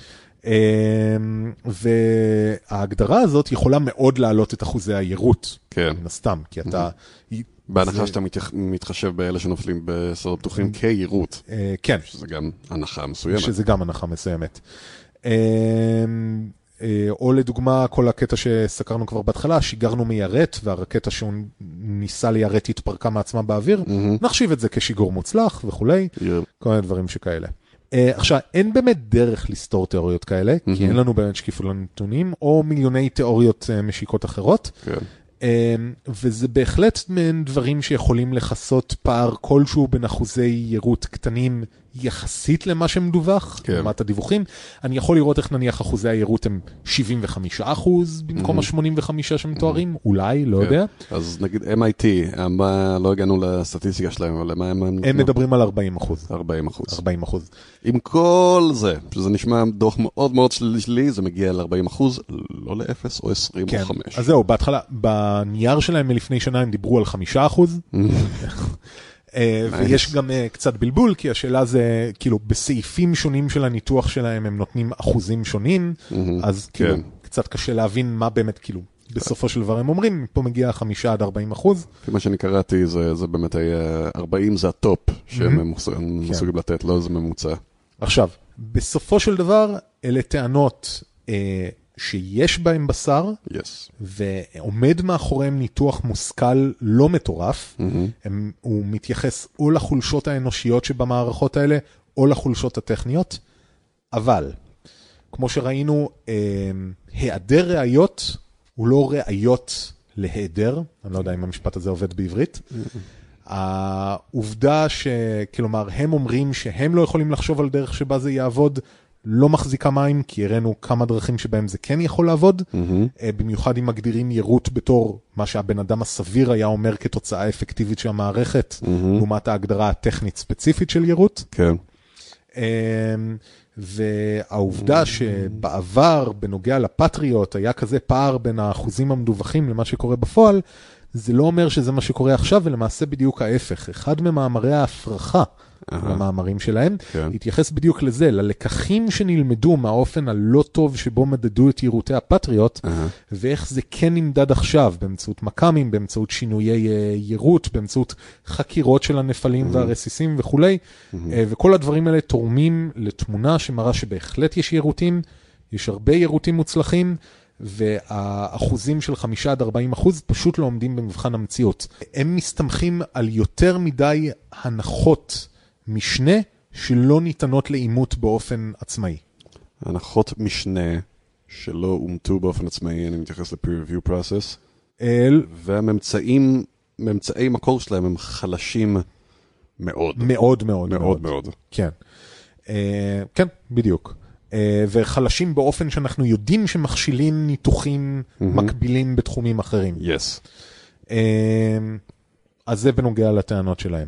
וההגדרה הזאת יכולה מאוד להעלות את אחוזי העירות, מן הסתם, כי אתה... בהנחה שאתה מתחשב באלה שנופלים בסודות פתוחים כעירות. כן. שזה גם הנחה מסוימת. שזה גם הנחה מסוימת. או לדוגמה, כל הקטע שסקרנו כבר בהתחלה, שיגרנו מיירט, והרקטה שהוא ניסה ליירט התפרקה מעצמה באוויר, נחשיב את זה כשיגור מוצלח וכולי, כל מיני דברים שכאלה. עכשיו, אין באמת דרך לסתור תיאוריות כאלה, כי אין לנו באמת שקיפות לנתונים, או מיליוני תיאוריות משיקות אחרות, וזה בהחלט מן דברים שיכולים לחסות פער כלשהו בין אחוזי יירוט קטנים יחסית למה שמדווח, לעומת הדיווחים. אני יכול לראות איך נניח אחוזי היירוט הם שבעים וחמישה אחוז במקום ה-שמונים וחמישה שמתוארים, אולי, לא יודע. אז נגיד אם איי טי, לא הגענו לסטטיסטיקה שלהם, אבל מה הם... הם מדברים על ארבעים אחוז. ארבעים אחוז. ארבעים אחוז. עם כל זה, שזה נשמע דוח מאוד מאוד שלי, זה מגיע ל-ארבעים אחוז, לא ל-אפס או עשרים או חמש. אז זהו, בהתחלה, בנייר שלהם מלפני שנה הם דיברו על חמישה אחוז. ויש גם קצת בלבול, כי השאלה זה, כאילו, בסעיפים שונים של הניתוח שלהם הם נותנים אחוזים שונים, אז כאילו, קצת קשה להבין מה באמת, כאילו, בסופו של דבר הם אומרים, פה מגיע חמישה עד ארבעים אחוז. מה שאני קראתי, זה באמת היה, ארבעים זה הטופ שהם מסוגים לתת, לא זה ממוצע. עכשיו, בסופו של דבר, אלה טענות שיש בהם בשר, yes. ועומד מאחוריהם ניתוח מושכל לא מטורף, mm-hmm. הם, הוא מתייחס או לחולשות האנושיות שבמערכות האלה, או לחולשות הטכניות, אבל, כמו שראינו, אה, היעדר ראיות, הוא לא ראיות להיעדר, אני לא יודע אם המשפט הזה עובד בעברית, mm-hmm. העובדה שכלומר, הם אומרים שהם לא יכולים לחשוב על דרך שבה זה יעבוד, לא מחזיקה מים, כי הראינו כמה דרכים שבהם זה כן יכול לעבוד, mm-hmm. במיוחד אם מגדירים יירוט בתור מה שהבן אדם הסביר היה אומר כתוצאה אפקטיבית של המערכת, mm-hmm. לעומת ההגדרה הטכנית ספציפית של יירוט. כן. והעובדה שבעבר בנוגע לפטריוט היה כזה פער בין האחוזים המדווחים למה שקורה בפועל, זה לא אומר שזה מה שקורה עכשיו, ולמעשה בדיוק ההפך. אחד ממאמרי ההפרחה, המאמרים שלהם, התייחס בדיוק לזה, ללקחים שנלמדו מהאופן הלא טוב שבו מדדו את יירוטי הפטריוט, ואיך זה כן נמדד עכשיו, באמצעות מקמים, באמצעות שינויי יירוט, באמצעות חקירות של הנפלים והרסיסים וכו'. וכל הדברים האלה תורמים לתמונה שמראה שבהחלט יש יירוטים, יש הרבה יירוטים מוצלחים, והאחוזים של חמישה עד ארבעים אחוז פשוט לא עומדים במבחן המציאות. הם מסתמכים על יותר מדי הנחות משנה שלא ניתנות לאימות באופן עצמאי. הנחות משנה שלא אומתו באופן עצמאי, אני מתייחס ל-peer review process, אל... והממצאים, ממצאי מקור שלהם הם חלשים מאוד. מאוד מאוד. מאוד מאוד. כן. כן, בדיוק. וחלשים באופן שאנחנו יודעים שמכשילים ניתוחים מקבילים בתחומים אחרים. Yes. אז זה בנוגע לטענות שלהם.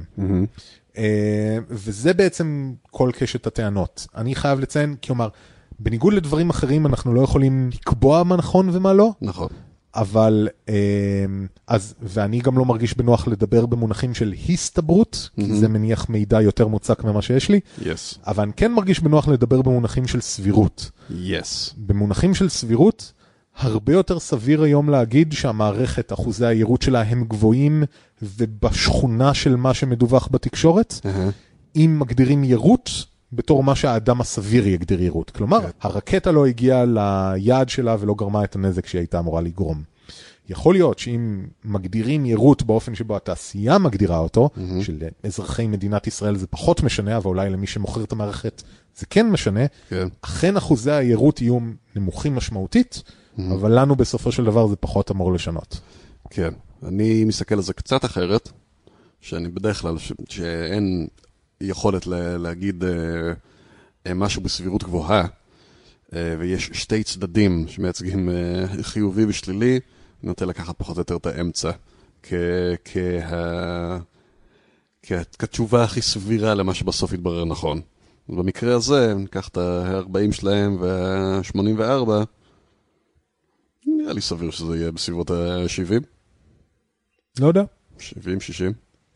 וזה בעצם כל קשת הטענות. אני חייב לציין, כלומר, בניגוד לדברים אחרים אנחנו לא יכולים לקבוע מה נכון ומה לא. נכון. אבל, אז, ואני גם לא מרגיש בנוח לדבר במונחים של הסתברות, כי זה מניח מידע יותר מוצק ממה שיש לי. Yes. אבל אני כן מרגיש בנוח לדבר במונחים של סבירות. Yes. במונחים של סבירות, הרבה יותר סביר היום להגיד שהמערכת, אחוזי היירוט שלה הם גבוהים, ובשכונה של מה שמדווח בתקשורת, uh-huh. אם מגדירים יירוט, בתור מה שהאדם הסביר יגדיר יירוט. כלומר, okay. הרקטה לא הגיעה ליעד שלה ולא גרמה את הנזק שהיא הייתה אמורה לגרום. יכול להיות שאם מגדירים יירוט באופן שבו התעשייה מגדירה אותו, mm-hmm. שלאזרחי מדינת ישראל זה פחות משנה, אבל אולי למי שמוכר את המערכת זה כן משנה, okay. אכן אחוזי היירוט יהיו נמוכים משמעותית, mm-hmm. אבל לנו בסופו של דבר זה פחות אמור לשנות. כן, אני מסתכל על זה קצת אחרת, שאני בדרך כלל, ש... שאין יכולת לה... להגיד uh, משהו בסבירות גבוהה, uh, ויש שתי צדדים שמייצגים uh, חיובי ושלילי, אני נוטה לקחת פחות או יותר את האמצע, כ... כה... כתשובה הכי סבירה למה שבסוף יתברר נכון. אז במקרה הזה, ניקח את ה-ארבעים שלהם וה-שמונים וארבע, נראה לי סביר שזה יהיה בסביבות ה-שבעים. לא יודע. שבעים, שישים.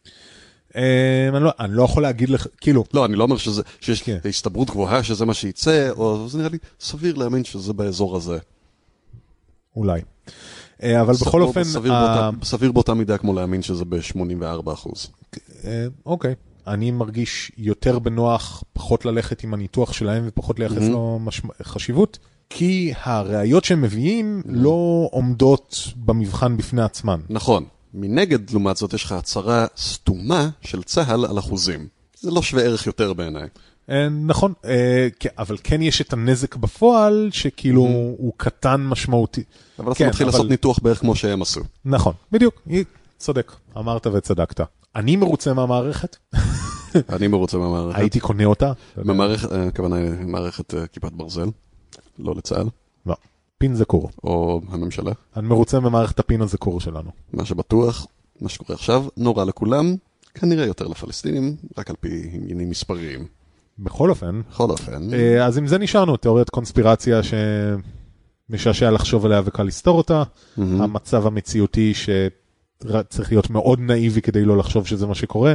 אני לא יכול להגיד לך, כאילו... לא, אני לא אומר שיש הסתברות גבוהה שזה מה שייצא, או זה נראה לי סביר להאמין שזה באזור הזה. אולי. אבל בכל אופן... סביר באותה מידה כמו להאמין שזה ב-שמונים וארבעה אחוז. אוקיי. אני מרגיש יותר בנוח, פחות ללכת עם הניתוח שלהם ופחות לייחס לו חשיבות, כי הראיות שהם מביאים לא עומדות במבחן בפני עצמן. נכון. מנגד, לעומת זאת, יש לך הצהרה סתומה של צהל על אחוזים. זה לא שווה ערך יותר בעיניי. נכון, אבל כן יש את הנזק בפועל, שכאילו הוא קטן משמעותי. אבל אתה מתחיל לעשות ניתוח בערך כמו שהם עשו. נכון, בדיוק, צודק, אמרת וצדקת. אני מרוצה מהמערכת. אני מרוצה מהמערכת. הייתי קונה אותה. הכוונה היא מערכת כיפת ברזל, לא לצהל. לא, פין זקור. או הממשלה. אני מרוצה ממערכת הפין הזקור שלנו. מה שבטוח, מה שקורה עכשיו, נורא לכולם, כנראה יותר לפלסטינים, רק על פי עניינים מספריים. בכל אופן. בכל אופן. אז עם זה נשארנו, תיאוריית קונספירציה שמשעשע לחשוב עליה וקל לסתור אותה. המצב המציאותי שצריך להיות מאוד נאיבי כדי לא לחשוב שזה מה שקורה.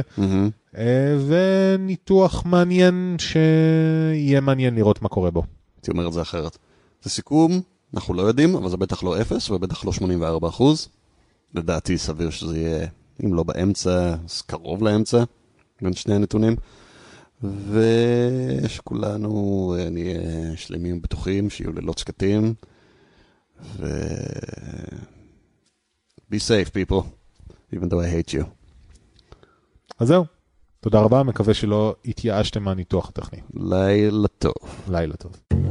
וניתוח מעניין שיהיה מעניין לראות מה קורה בו. הייתי אומר את זה אחרת. זה סיכום, אנחנו לא יודעים, אבל זה בטח לא אפס ובטח לא שמונים וארבעה אחוז. לדעתי סביר שזה יהיה, אם לא באמצע, אז קרוב לאמצע, בין שני הנתונים. ושכולנו נהיה שלמים בטוחים, שיהיו לילות שקטים. ו... be safe people, even though I hate you. אז זהו. תודה רבה, מקווה שלא התייאשתם מהניתוח הטכני. לילה טוב. לילה טוב.